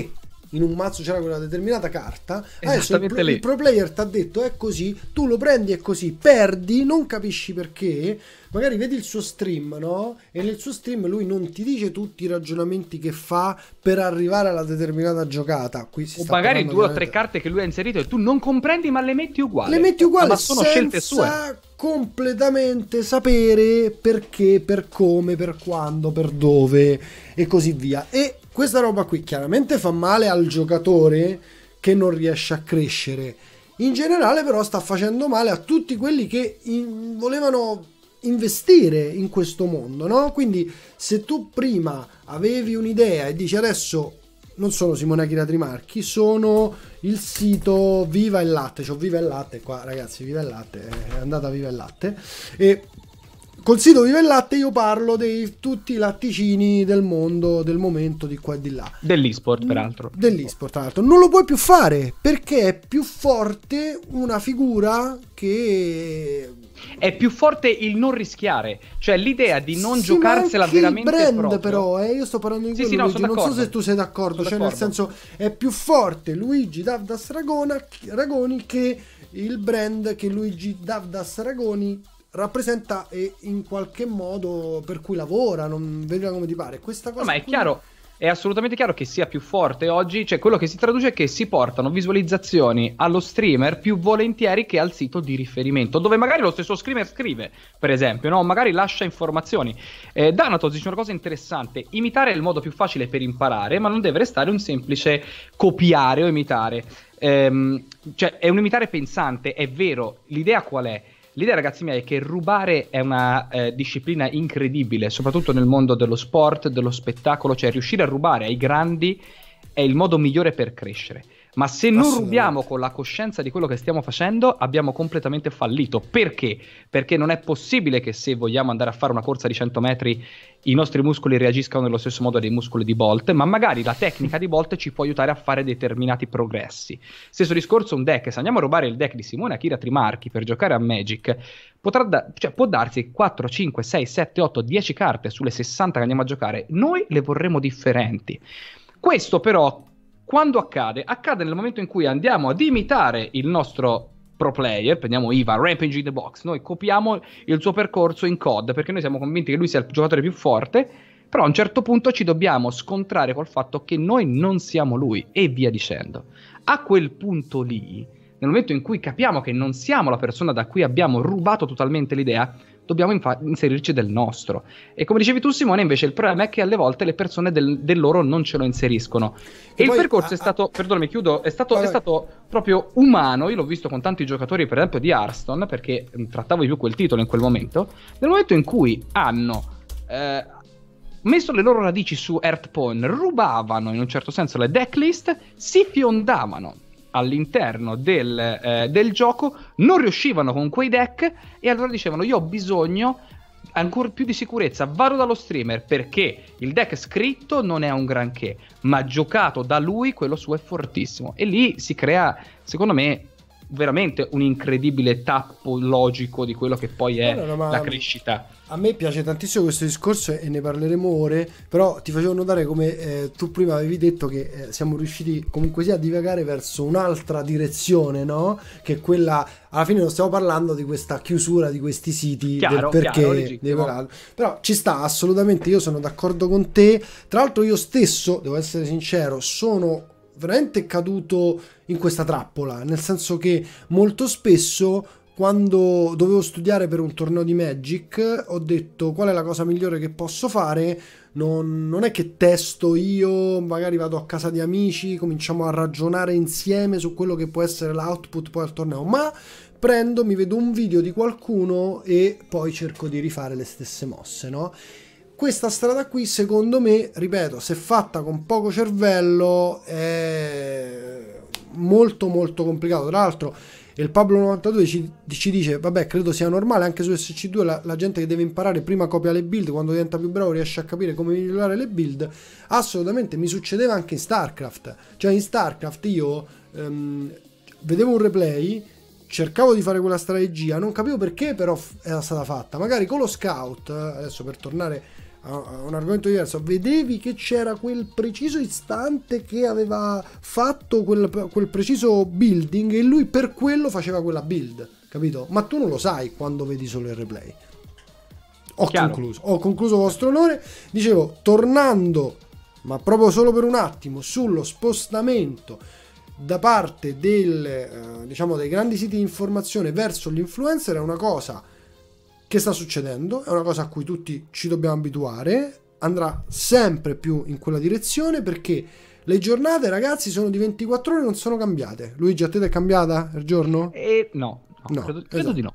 in un mazzo c'era quella determinata carta, adesso il pro player ti ha detto è così, tu lo prendi è così, perdi, non capisci perché, magari vedi il suo stream, no? E nel suo stream lui non ti dice tutti i ragionamenti che fa per arrivare alla determinata giocata. Qui si sta magari 2 o 3 carte che lui ha inserito e tu non comprendi, ma le metti uguali. Le metti uguali, ma sono scelte sue. Completamente sapere perché, per come, per quando, per dove e così via. E questa roba qui chiaramente fa male al giocatore che non riesce a crescere. In generale però sta facendo male a tutti quelli che volevano investire in questo mondo, no? Quindi se tu prima avevi un'idea e dici adesso non sono Simone Akira Trimarchi, sono il sito Viva il Latte, c'ho Viva il Latte qua ragazzi, Viva il Latte, è andata Viva il Latte, e col sito Viva il Latte io parlo di tutti i latticini del mondo, del momento, di qua e di là. Dell'esport, peraltro. Dell'esport, tra l'altro. Non lo puoi più fare, perché è più forte una figura che... È più forte il non rischiare, cioè l'idea di non giocarsela veramente il brand proprio. Però, io sto parlando di quello, no, Luigi, non so se tu sei d'accordo, cioè nel senso è più forte Luigi Davdas Ragoni che il brand che Luigi Davdas Ragoni rappresenta e in qualche modo per cui lavora, non vedrà come ti pare. Questa cosa ma è chiaro, è assolutamente chiaro che sia più forte oggi, cioè quello che si traduce è che si portano visualizzazioni allo streamer più volentieri che al sito di riferimento, dove magari lo stesso streamer scrive, per esempio, no? Magari lascia informazioni. Danatos dice una cosa interessante: imitare è il modo più facile per imparare, ma non deve restare un semplice copiare o imitare. Cioè è un imitare pensante, è vero. L'idea qual è? L'idea, ragazzi miei, è che rubare è una disciplina incredibile, soprattutto nel mondo dello sport, dello spettacolo, cioè riuscire a rubare ai grandi è il modo migliore per crescere. Ma se non rubiamo con la coscienza di quello che stiamo facendo, abbiamo completamente fallito. Perché? Perché non è possibile che se vogliamo andare a fare una corsa di 100 metri i nostri muscoli reagiscano nello stesso modo dei muscoli di Bolt, ma magari la tecnica di Bolt ci può aiutare a fare determinati progressi. Stesso discorso un deck: se andiamo a rubare il deck di Simone Akira Trimarchi per giocare a Magic, può darsi 4, 5, 6, 7, 8, 10 carte sulle 60 che andiamo a giocare. Noi le vorremmo differenti. Questo però, quando accade nel momento in cui andiamo ad imitare il nostro pro player. Prendiamo Iva, Rampage in the Box, noi copiamo il suo percorso in COD perché noi siamo convinti che lui sia il giocatore più forte, però a un certo punto ci dobbiamo scontrare col fatto che noi non siamo lui e via dicendo. A quel punto lì, nel momento in cui capiamo che non siamo la persona da cui abbiamo rubato totalmente l'idea, dobbiamo inserirci del nostro. E come dicevi tu, Simone, invece il problema è che alle volte le persone del loro non ce lo inseriscono. E il percorso è stato, perdonami, chiudo, è stato proprio umano. Io l'ho visto con tanti giocatori, per esempio di Hearthstone, perché trattavo di più quel titolo in quel momento. Nel momento in cui hanno messo le loro radici su Earthpawn, rubavano in un certo senso le decklist, si fiondavano all'interno del gioco, non riuscivano con quei deck e allora dicevano: io ho bisogno ancora più di sicurezza, vado dallo streamer perché il deck scritto non è un granché, ma giocato da lui quello suo è fortissimo, e lì si crea, secondo me, veramente un incredibile tappo logico di quello che poi è la crescita. A me piace tantissimo questo discorso e ne parleremo ore, però ti facevo notare come tu prima avevi detto che siamo riusciti comunque sia a divagare verso un'altra direzione, no? Che è quella, alla fine non stiamo parlando di questa chiusura di questi siti, del perché, però ci sta assolutamente, io sono d'accordo con te. Tra l'altro io stesso, devo essere sincero, sono veramente caduto in questa trappola, nel senso che molto spesso quando dovevo studiare per un torneo di Magic ho detto: qual è la cosa migliore che posso fare? Non è che testo io, magari vado a casa di amici, cominciamo a ragionare insieme su quello che può essere l'output poi al torneo, ma mi vedo un video di qualcuno e poi cerco di rifare le stesse mosse, no? Questa strada qui, secondo me, ripeto, se fatta con poco cervello è molto molto complicato. Tra l'altro il Pablo92 ci dice: vabbè, credo sia normale, anche su SC2 la gente che deve imparare prima copia le build, quando diventa più bravo riesce a capire come migliorare le build. Assolutamente, mi succedeva anche in StarCraft. Cioè in StarCraft io vedevo un replay, cercavo di fare quella strategia, non capivo perché però era stata fatta. Magari con lo scout, adesso per tornare a un argomento diverso, vedevi che c'era quel preciso istante che aveva fatto quel preciso building e lui per quello faceva quella build, capito? Ma tu non lo sai quando vedi solo il replay. Ho concluso vostro onore. Dicevo, tornando, ma proprio solo per un attimo, sullo spostamento da parte diciamo dei grandi siti di informazione verso l'influencer, è una cosa che sta succedendo, è una cosa a cui tutti ci dobbiamo abituare, andrà sempre più in quella direzione, perché le giornate, ragazzi, sono di 24 ore, non sono cambiate. Luigi, a te è cambiata il giorno? No, credo esatto. di no.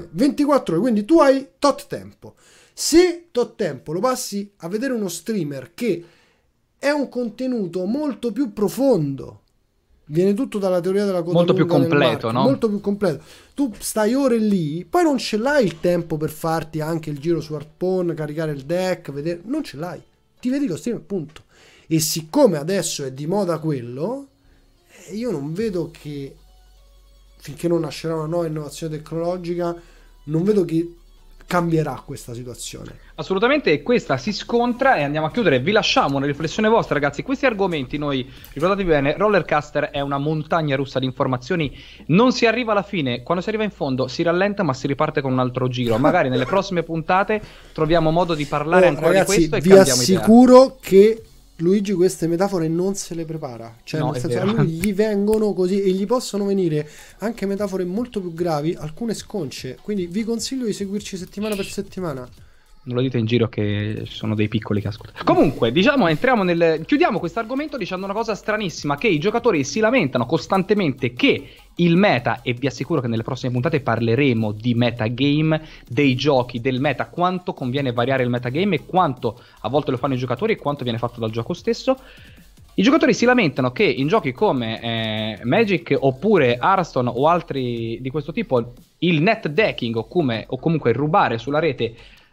24 ore, quindi tu hai tot tempo. Se tot tempo lo passi a vedere uno streamer che è un contenuto molto più profondo, viene tutto dalla teoria della coda molto più completo, no? Molto più completo. Tu stai ore lì, poi non ce l'hai il tempo per farti anche il giro su Harpoon, caricare il deck, vedere, non ce l'hai. Ti vedi lo stream, punto. E siccome adesso è di moda quello, io non vedo che, finché non nascerà una nuova innovazione tecnologica, non vedo che cambierà questa situazione. Assolutamente, questa si scontra e andiamo a chiudere. Vi lasciamo una riflessione vostra, ragazzi. Questi argomenti, noi, ricordatevi bene, Rollercaster è una montagna russa di informazioni, non si arriva alla fine, quando si arriva in fondo si rallenta ma si riparte con un altro giro. Magari nelle prossime puntate troviamo modo di parlare ancora ragazzi, di questo e vi cambiamo assicuro che Luigi queste metafore non se le prepara, cioè no, nel senso, a lui gli vengono così e gli possono venire anche metafore molto più gravi, alcune sconce, quindi vi consiglio di seguirci settimana per settimana. Non lo dite in giro che ci sono dei piccoli che ascoltano. Comunque, diciamo, chiudiamo questo argomento dicendo una cosa stranissima, che i giocatori si lamentano costantemente che il meta, e vi assicuro che nelle prossime puntate parleremo di metagame, dei giochi, del meta, quanto conviene variare il metagame e quanto a volte lo fanno i giocatori e quanto viene fatto dal gioco stesso. I giocatori si lamentano che in giochi come Magic oppure Hearthstone o altri di questo tipo il net decking o comunque rubare sulla rete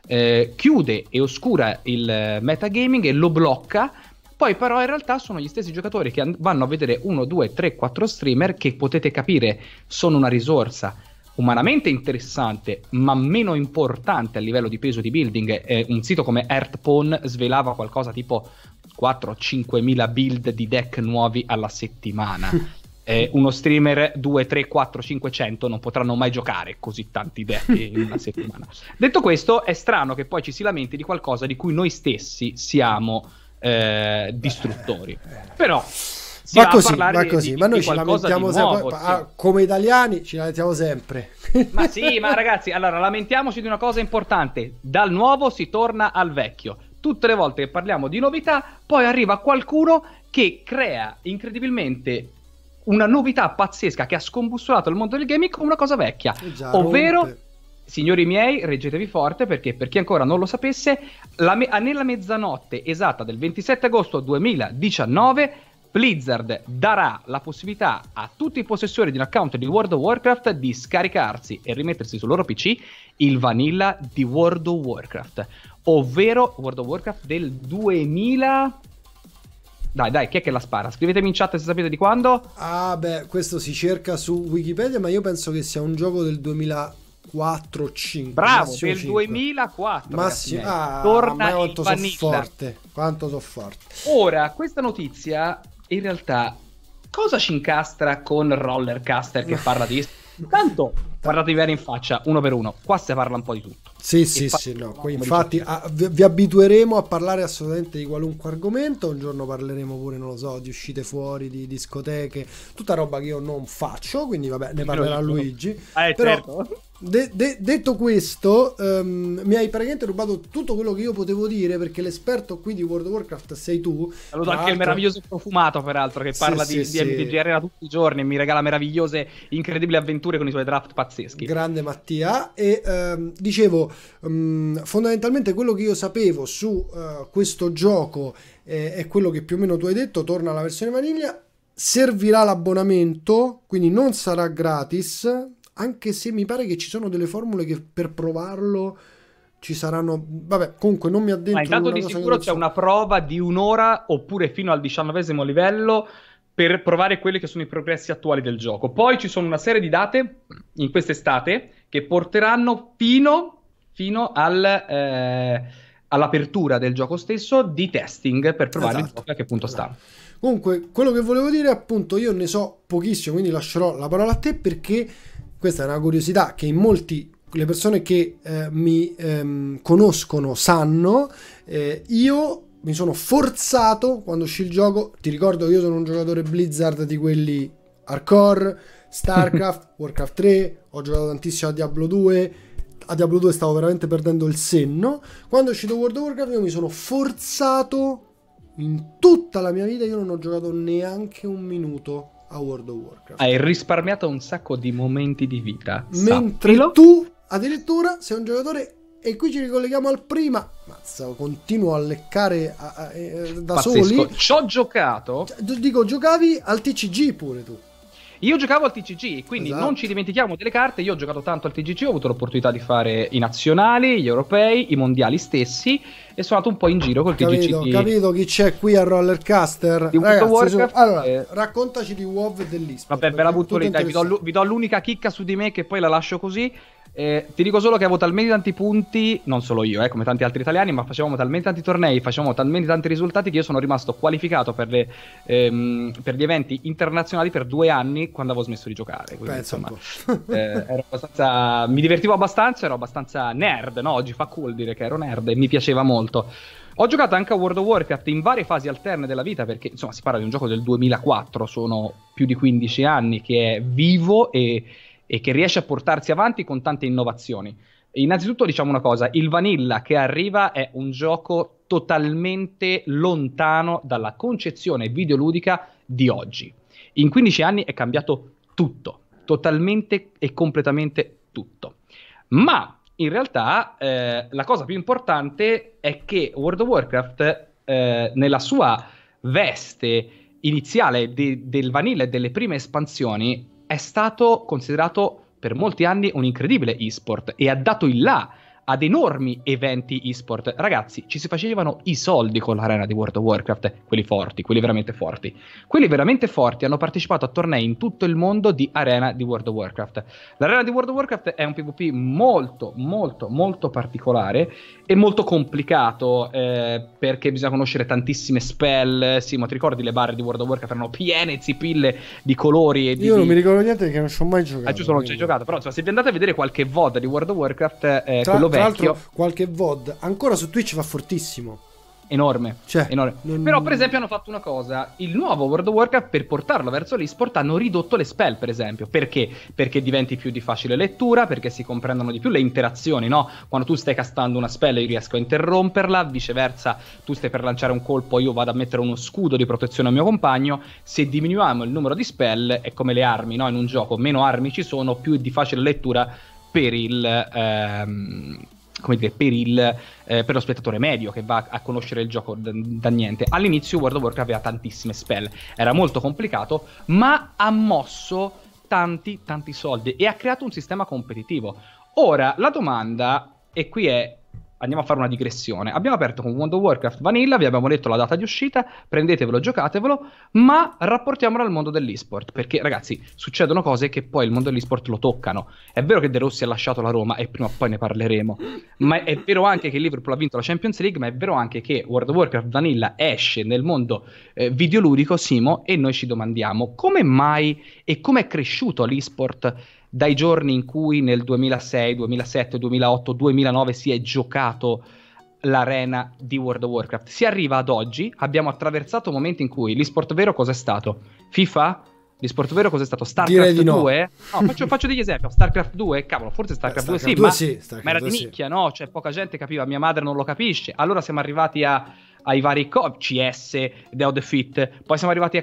chiude e oscura il metagaming e lo blocca. Poi però in realtà sono gli stessi giocatori che vanno a vedere 1, 2, 3, 4 streamer che potete capire sono una risorsa umanamente interessante ma meno importante a livello di peso di building. Un sito come Earthpawn svelava qualcosa tipo 4-5 mila build di deck nuovi alla settimana. Uno streamer 2, 3, 4, 500 non potranno mai giocare così tanti deck in una settimana. Detto questo, è strano che poi ci si lamenti di qualcosa di cui noi stessi siamo distruttori. Però va così, ma noi ci lamentiamo nuovo, sempre, come italiani ci lamentiamo sempre. Ma sì, ma ragazzi, allora lamentiamoci di una cosa importante: dal nuovo si torna al vecchio. Tutte le volte che parliamo di novità, poi arriva qualcuno che crea incredibilmente una novità pazzesca che ha scombussolato il mondo del gaming come una cosa vecchia, ovvero, signori miei, reggetevi forte, perché per chi ancora non lo sapesse, nella mezzanotte esatta del 27 agosto 2019 Blizzard darà la possibilità a tutti i possessori di un account di World of Warcraft di scaricarsi e rimettersi sul loro PC il vanilla di World of Warcraft, ovvero World of Warcraft del 2000. Dai, chi è che la spara? Scrivetemi in chat se sapete di quando. Ah beh, questo si cerca su Wikipedia, ma io penso che sia un gioco del 2004-5. Bravo, del 2004. Torna quanto so forte. Quanto so forte. Ora, questa notizia in realtà cosa ci incastra con Rollercaster che parla di... Intanto guardatevi bene in faccia, uno per uno. Qua si parla un po' di tutto. Sì, no. Infatti vi abitueremo a parlare assolutamente di qualunque argomento. Un giorno parleremo pure, non lo so, di uscite fuori, di discoteche, tutta roba che io non faccio, quindi vabbè, ne parlerà Luigi. Però, certo. Detto questo, mi hai praticamente rubato tutto quello che io potevo dire, perché l'esperto qui di World of Warcraft sei tu. Saluto anche il meraviglioso Profumato, peraltro, che parla di MTG Arena tutti i giorni e mi regala meravigliose, incredibili avventure con i suoi draft pazzeschi. Grande Mattia. E dicevo, fondamentalmente quello che io sapevo su questo gioco è quello che più o meno tu hai detto: torna alla versione vaniglia, servirà l'abbonamento, quindi non sarà gratis, anche se mi pare che ci sono delle formule che per provarlo ci saranno. Vabbè, comunque non mi addentro. Ma intanto di sicuro c'è una prova di un'ora oppure fino al 19° livello per provare quelli che sono i progressi attuali del gioco. Poi ci sono una serie di date in quest'estate che porteranno fino al all'apertura del gioco stesso di testing per provare il gioco a che punto sta. Comunque, quello che volevo dire, appunto, io ne so pochissimo, quindi lascerò la parola a te, perché questa è una curiosità che in molti, le persone che mi conoscono sanno. Io mi sono forzato quando uscì il gioco, ti ricordo, io sono un giocatore Blizzard di quelli hardcore, StarCraft, Warcraft 3, ho giocato tantissimo a Diablo 2. A Diablo 2 stavo veramente perdendo il senno. Quando è uscito World of Warcraft io mi sono forzato, in tutta la mia vita io non ho giocato neanche un minuto a World of Warcraft. Hai risparmiato un sacco di momenti di vita. Mentre tu addirittura sei un giocatore, e qui ci ricolleghiamo al prima, mazza, continuo a leccare da pazzesco. soli. Ci ho giocato. Dico, giocavi al TCG pure tu. Io giocavo al TCG, quindi esatto. Non ci dimentichiamo delle carte. Io ho giocato tanto al TCG, ho avuto l'opportunità di fare i nazionali, gli europei, i mondiali stessi, e sono andato un po' in giro col TCG. Capito chi c'è qui a Rollercaster? Di World of Warcraft. Allora, raccontaci di WoW e dell'eSport. Vabbè, ve la butto lì, dai, vi do l'unica chicca su di me che poi la lascio così. Ti dico solo che avevo talmente tanti punti, non solo io, come tanti altri italiani, ma facevamo talmente tanti tornei, facevamo talmente tanti risultati che io sono rimasto qualificato per gli eventi internazionali per 2 anni quando avevo smesso di giocare. Quindi, insomma, ero abbastanza, mi divertivo abbastanza, ero abbastanza nerd, no? Oggi fa cool dire che ero nerd e mi piaceva molto. Ho giocato anche a World of Warcraft in varie fasi alterne della vita, perché insomma si parla di un gioco del 2004, sono più di 15 anni che è vivo e che riesce a portarsi avanti con tante innovazioni. Innanzitutto diciamo una cosa, il Vanilla che arriva è un gioco totalmente lontano dalla concezione videoludica di oggi. In 15 anni è cambiato tutto, totalmente e completamente tutto. Ma in realtà la cosa più importante è che World of Warcraft nella sua veste iniziale del Vanilla e delle prime espansioni è stato considerato per molti anni un incredibile esport e ha dato il là ad enormi eventi esport. Ragazzi, ci si facevano i soldi con l'arena di World of Warcraft, quelli forti, quelli veramente forti. Quelli veramente forti hanno partecipato a tornei in tutto il mondo di arena di World of Warcraft. L'arena di World of Warcraft è un PvP molto, molto, molto particolare e molto complicato, perché bisogna conoscere tantissime spell. Sì, ma ti ricordi le barre di World of Warcraft erano piene zipille di colori e Io non mi ricordo niente perché non ci ho mai giocato. Giusto, non ci hai giocato, però insomma, se vi andate a vedere qualche VOD di World of Warcraft, quello tra vecchio, l'altro qualche VOD ancora su Twitch va fortissimo. Enorme, cioè, enorme. Però per esempio hanno fatto una cosa, il nuovo World of Warcraft, per portarlo verso l'esport hanno ridotto le spell, per esempio. Perché? Perché diventi più di facile lettura, perché si comprendono di più le interazioni, no? Quando tu stai castando una spell io riesco a interromperla, viceversa tu stai per lanciare un colpo, io vado a mettere uno scudo di protezione al mio compagno. Se diminuiamo il numero di spell è come le armi, no? In un gioco meno armi ci sono, più di facile lettura per per lo spettatore medio che va a conoscere il gioco da niente. All'inizio World of Warcraft aveva tantissime spell, era molto complicato, ma ha mosso tanti soldi e ha creato un sistema competitivo. Ora la domanda, e qui è, andiamo a fare una digressione. Abbiamo aperto con World of Warcraft Vanilla, vi abbiamo detto la data di uscita, prendetevelo, giocatevelo, ma rapportiamolo al mondo dell'esport, perché ragazzi succedono cose che poi il mondo dell'esport lo toccano. È vero che De Rossi ha lasciato la Roma e prima o poi ne parleremo, ma è vero anche che il Liverpool ha vinto la Champions League, ma è vero anche che World of Warcraft Vanilla esce nel mondo videoludico, Simo, e noi ci domandiamo come mai e come è cresciuto l'esport dai giorni in cui nel 2006, 2007, 2008, 2009 si è giocato l'arena di World of Warcraft. Si arriva ad oggi, abbiamo attraversato momenti in cui l'esport vero cos'è stato? FIFA? L'esport vero cos'è stato? StarCraft 2? No, faccio degli esempi. StarCraft 2? Cavolo, forse StarCraft 2 sì, ma era di nicchia, no? Cioè poca gente capiva, mia madre non lo capisce. Allora siamo arrivati ai vari CS, Day of the Fit, poi siamo arrivati a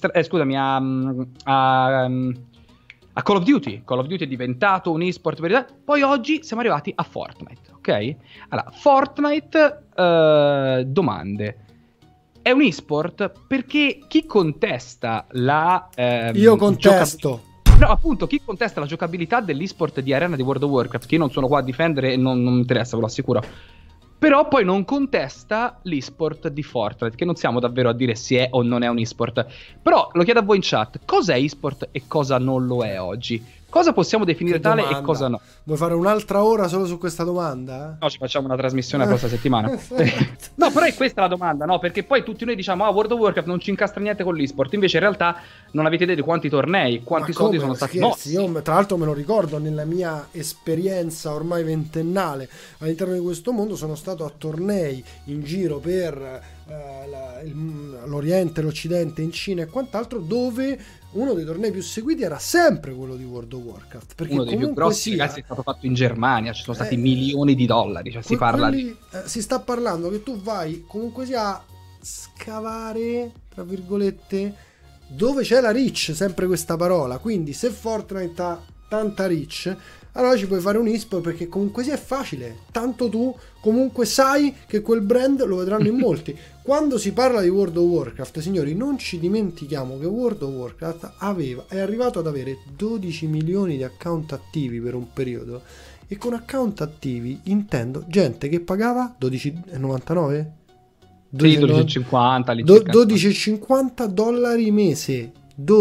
a Call of Duty. Call of Duty è diventato un esport, poi oggi siamo arrivati a Fortnite, ok? Allora, Fortnite, domande. È un esport perché chi contesta la io contesto. No, appunto, chi contesta la giocabilità dell'esport di arena di World of Warcraft, che io non sono qua a difendere e non mi interessa, ve lo assicuro, però poi non contesta l'esport di Fortnite, che non siamo davvero a dire se è o non è un esport. Però lo chiedo a voi in chat, cosa è esport e cosa non lo è oggi? Cosa possiamo definire Che tale domanda. e cosa no? Vuoi fare un'altra ora solo su questa domanda? No, ci facciamo una trasmissione la prossima settimana. No, però è questa la domanda, no? Perché poi tutti noi diciamo, World of Warcraft non ci incastra niente con l'esport. Invece in realtà non avete idea di quanti tornei, quanti soldi sono stati mossi. Io tra l'altro me lo ricordo, nella mia esperienza ormai ventennale all'interno di questo mondo sono stato a tornei in giro per l'Oriente, l'Occidente, in Cina e quant'altro, dove uno dei tornei più seguiti era sempre quello di World of Warcraft, perché uno dei più grossi, ragazzi, è stato fatto in Germania, ci sono stati milioni di dollari, cioè si sta parlando che tu vai comunque sia a scavare, tra virgolette, dove c'è la reach, sempre questa parola. Quindi se Fortnite ha tanta reach, allora ci puoi fare un esport, perché comunque sia è facile, tanto tu comunque sai che quel brand lo vedranno in molti. Quando si parla di World of Warcraft, signori, non ci dimentichiamo che World of Warcraft è arrivato ad avere 12 milioni di account attivi per un periodo, e con account attivi intendo gente che pagava 12,99? 12,50 $12,50 mese,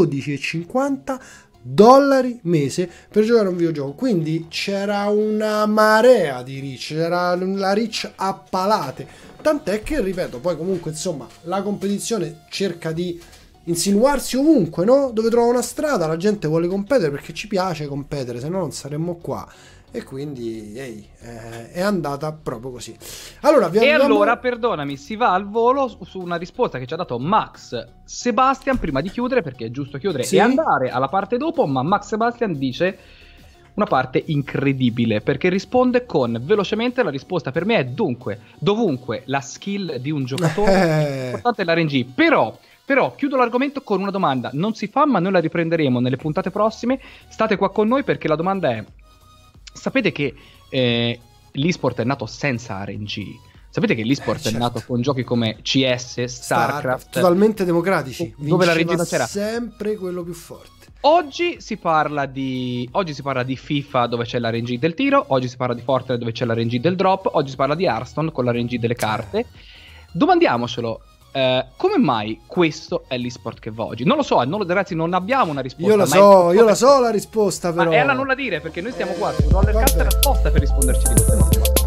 $12,50 mese per giocare a un videogioco. Quindi c'era una marea di reach, c'era la reach a palate, tant'è che, ripeto, poi comunque insomma la competizione cerca di insinuarsi ovunque, no? Dove trova una strada la gente vuole competere, perché ci piace competere, se no non saremmo qua. E quindi è andata proprio così. Allora, perdonami, si va al volo su una risposta che ci ha dato Max Sebastian prima di chiudere, perché è giusto chiudere e andare alla parte dopo, ma Max Sebastian dice una parte incredibile, perché risponde con velocemente: la risposta per me è dunque, dovunque la skill di un giocatore, importante è l'RNG. Però chiudo l'argomento con una domanda, non si fa, ma noi la riprenderemo nelle puntate prossime. State qua con noi, perché la domanda è: sapete che l'esport è nato senza RNG? Sapete che l'esport è nato con giochi come CS, StarCraft, totalmente democratici, dove la RNG non c'era, sempre quello più forte. Oggi si parla di FIFA, dove c'è la RNG del tiro. Oggi si parla di Fortnite, dove c'è la RNG del drop. Oggi si parla di Hearthstone con la RNG delle carte. Domandiamocelo, come mai questo è l'esport che va oggi? Non lo so, ragazzi, non abbiamo una risposta. Io la so la risposta, però. Ma è alla nulla dire, perché noi stiamo qua su Rollercaster apposta per risponderci di queste cose.